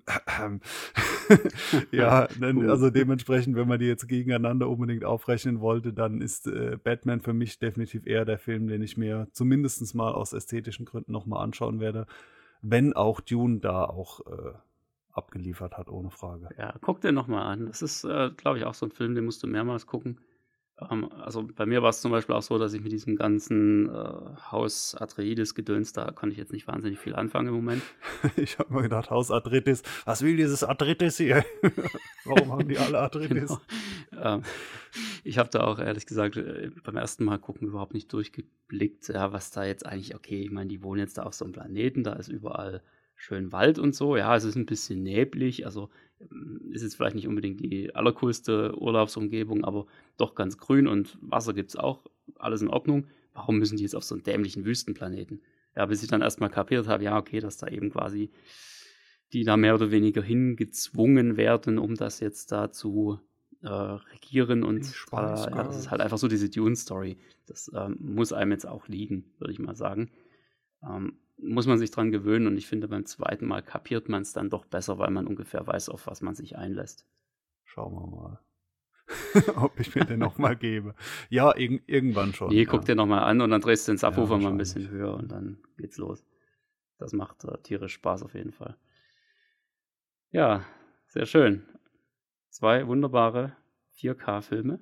Ja, dann, Cool. also dementsprechend, wenn man die jetzt gegeneinander unbedingt aufrechnen wollte, dann ist äh, Batman für mich definitiv eher der Film, den ich mir zumindest mal aus ästhetischen Gründen nochmal anschauen werde. Wenn auch Dune da auch äh, abgeliefert hat, ohne Frage. Ja, guck dir nochmal an. Das ist, äh, glaube ich, auch so ein Film, den musst du mehrmals gucken. Ähm, also bei mir war es zum Beispiel auch so, dass ich mit diesem ganzen äh, Haus Atreides-Gedöns, da konnte ich jetzt nicht wahnsinnig viel anfangen im Moment. Ich habe mir gedacht, Haus Arthritis, was will dieses Arthritis hier? Warum haben die alle Arthritis? Genau. Ähm, ich habe da auch ehrlich gesagt äh, beim ersten Mal gucken überhaupt nicht durchgeblickt, ja, was da jetzt eigentlich, okay, ich meine, die wohnen jetzt da auf so einem Planeten, da ist überall schön Wald und so, ja, es ist ein bisschen neblig, also ähm, ist jetzt vielleicht nicht unbedingt die allercoolste Urlaubsumgebung, aber doch ganz grün und Wasser gibt es auch, alles in Ordnung. Warum müssen die jetzt auf so einen dämlichen Wüstenplaneten? Ja, bis ich dann erstmal kapiert habe, ja, okay, dass da eben quasi die da mehr oder weniger hingezwungen werden, um das jetzt da zu äh, regieren und Die Spice äh, ja, das ist Girls. halt einfach so diese Dune-Story. Das ähm, muss einem jetzt auch liegen, würde ich mal sagen. Ähm, muss man sich dran gewöhnen und ich finde, beim zweiten Mal kapiert man es dann doch besser, weil man ungefähr weiß, auf was man sich einlässt. Schauen wir mal, ob ich mir den nochmal gebe. Ja, irg irgendwann schon. Nee, ja. guck dir nochmal an und dann drehst du den Subwoofer Ja, mal ein bisschen wahrscheinlich. höher und dann geht's los. Das macht äh, tierisch Spaß auf jeden Fall. Ja, sehr schön. Zwei wunderbare vier K-Filme,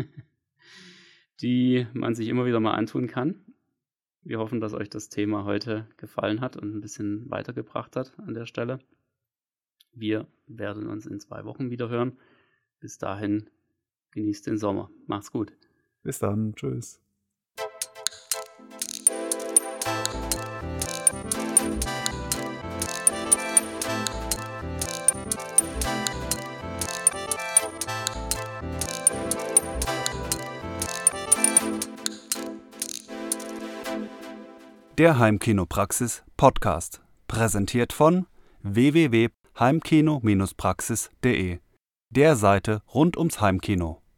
die man sich immer wieder mal antun kann. Wir hoffen, dass euch das Thema heute gefallen hat und ein bisschen weitergebracht hat an der Stelle. Wir werden uns in zwei Wochen wieder hören. Bis dahin, genießt den Sommer. Macht's gut. Bis dann. Tschüss. Der Heimkinopraxis Podcast, präsentiert von w w w punkt heimkino Bindestrich praxis punkt de, der Seite rund ums Heimkino.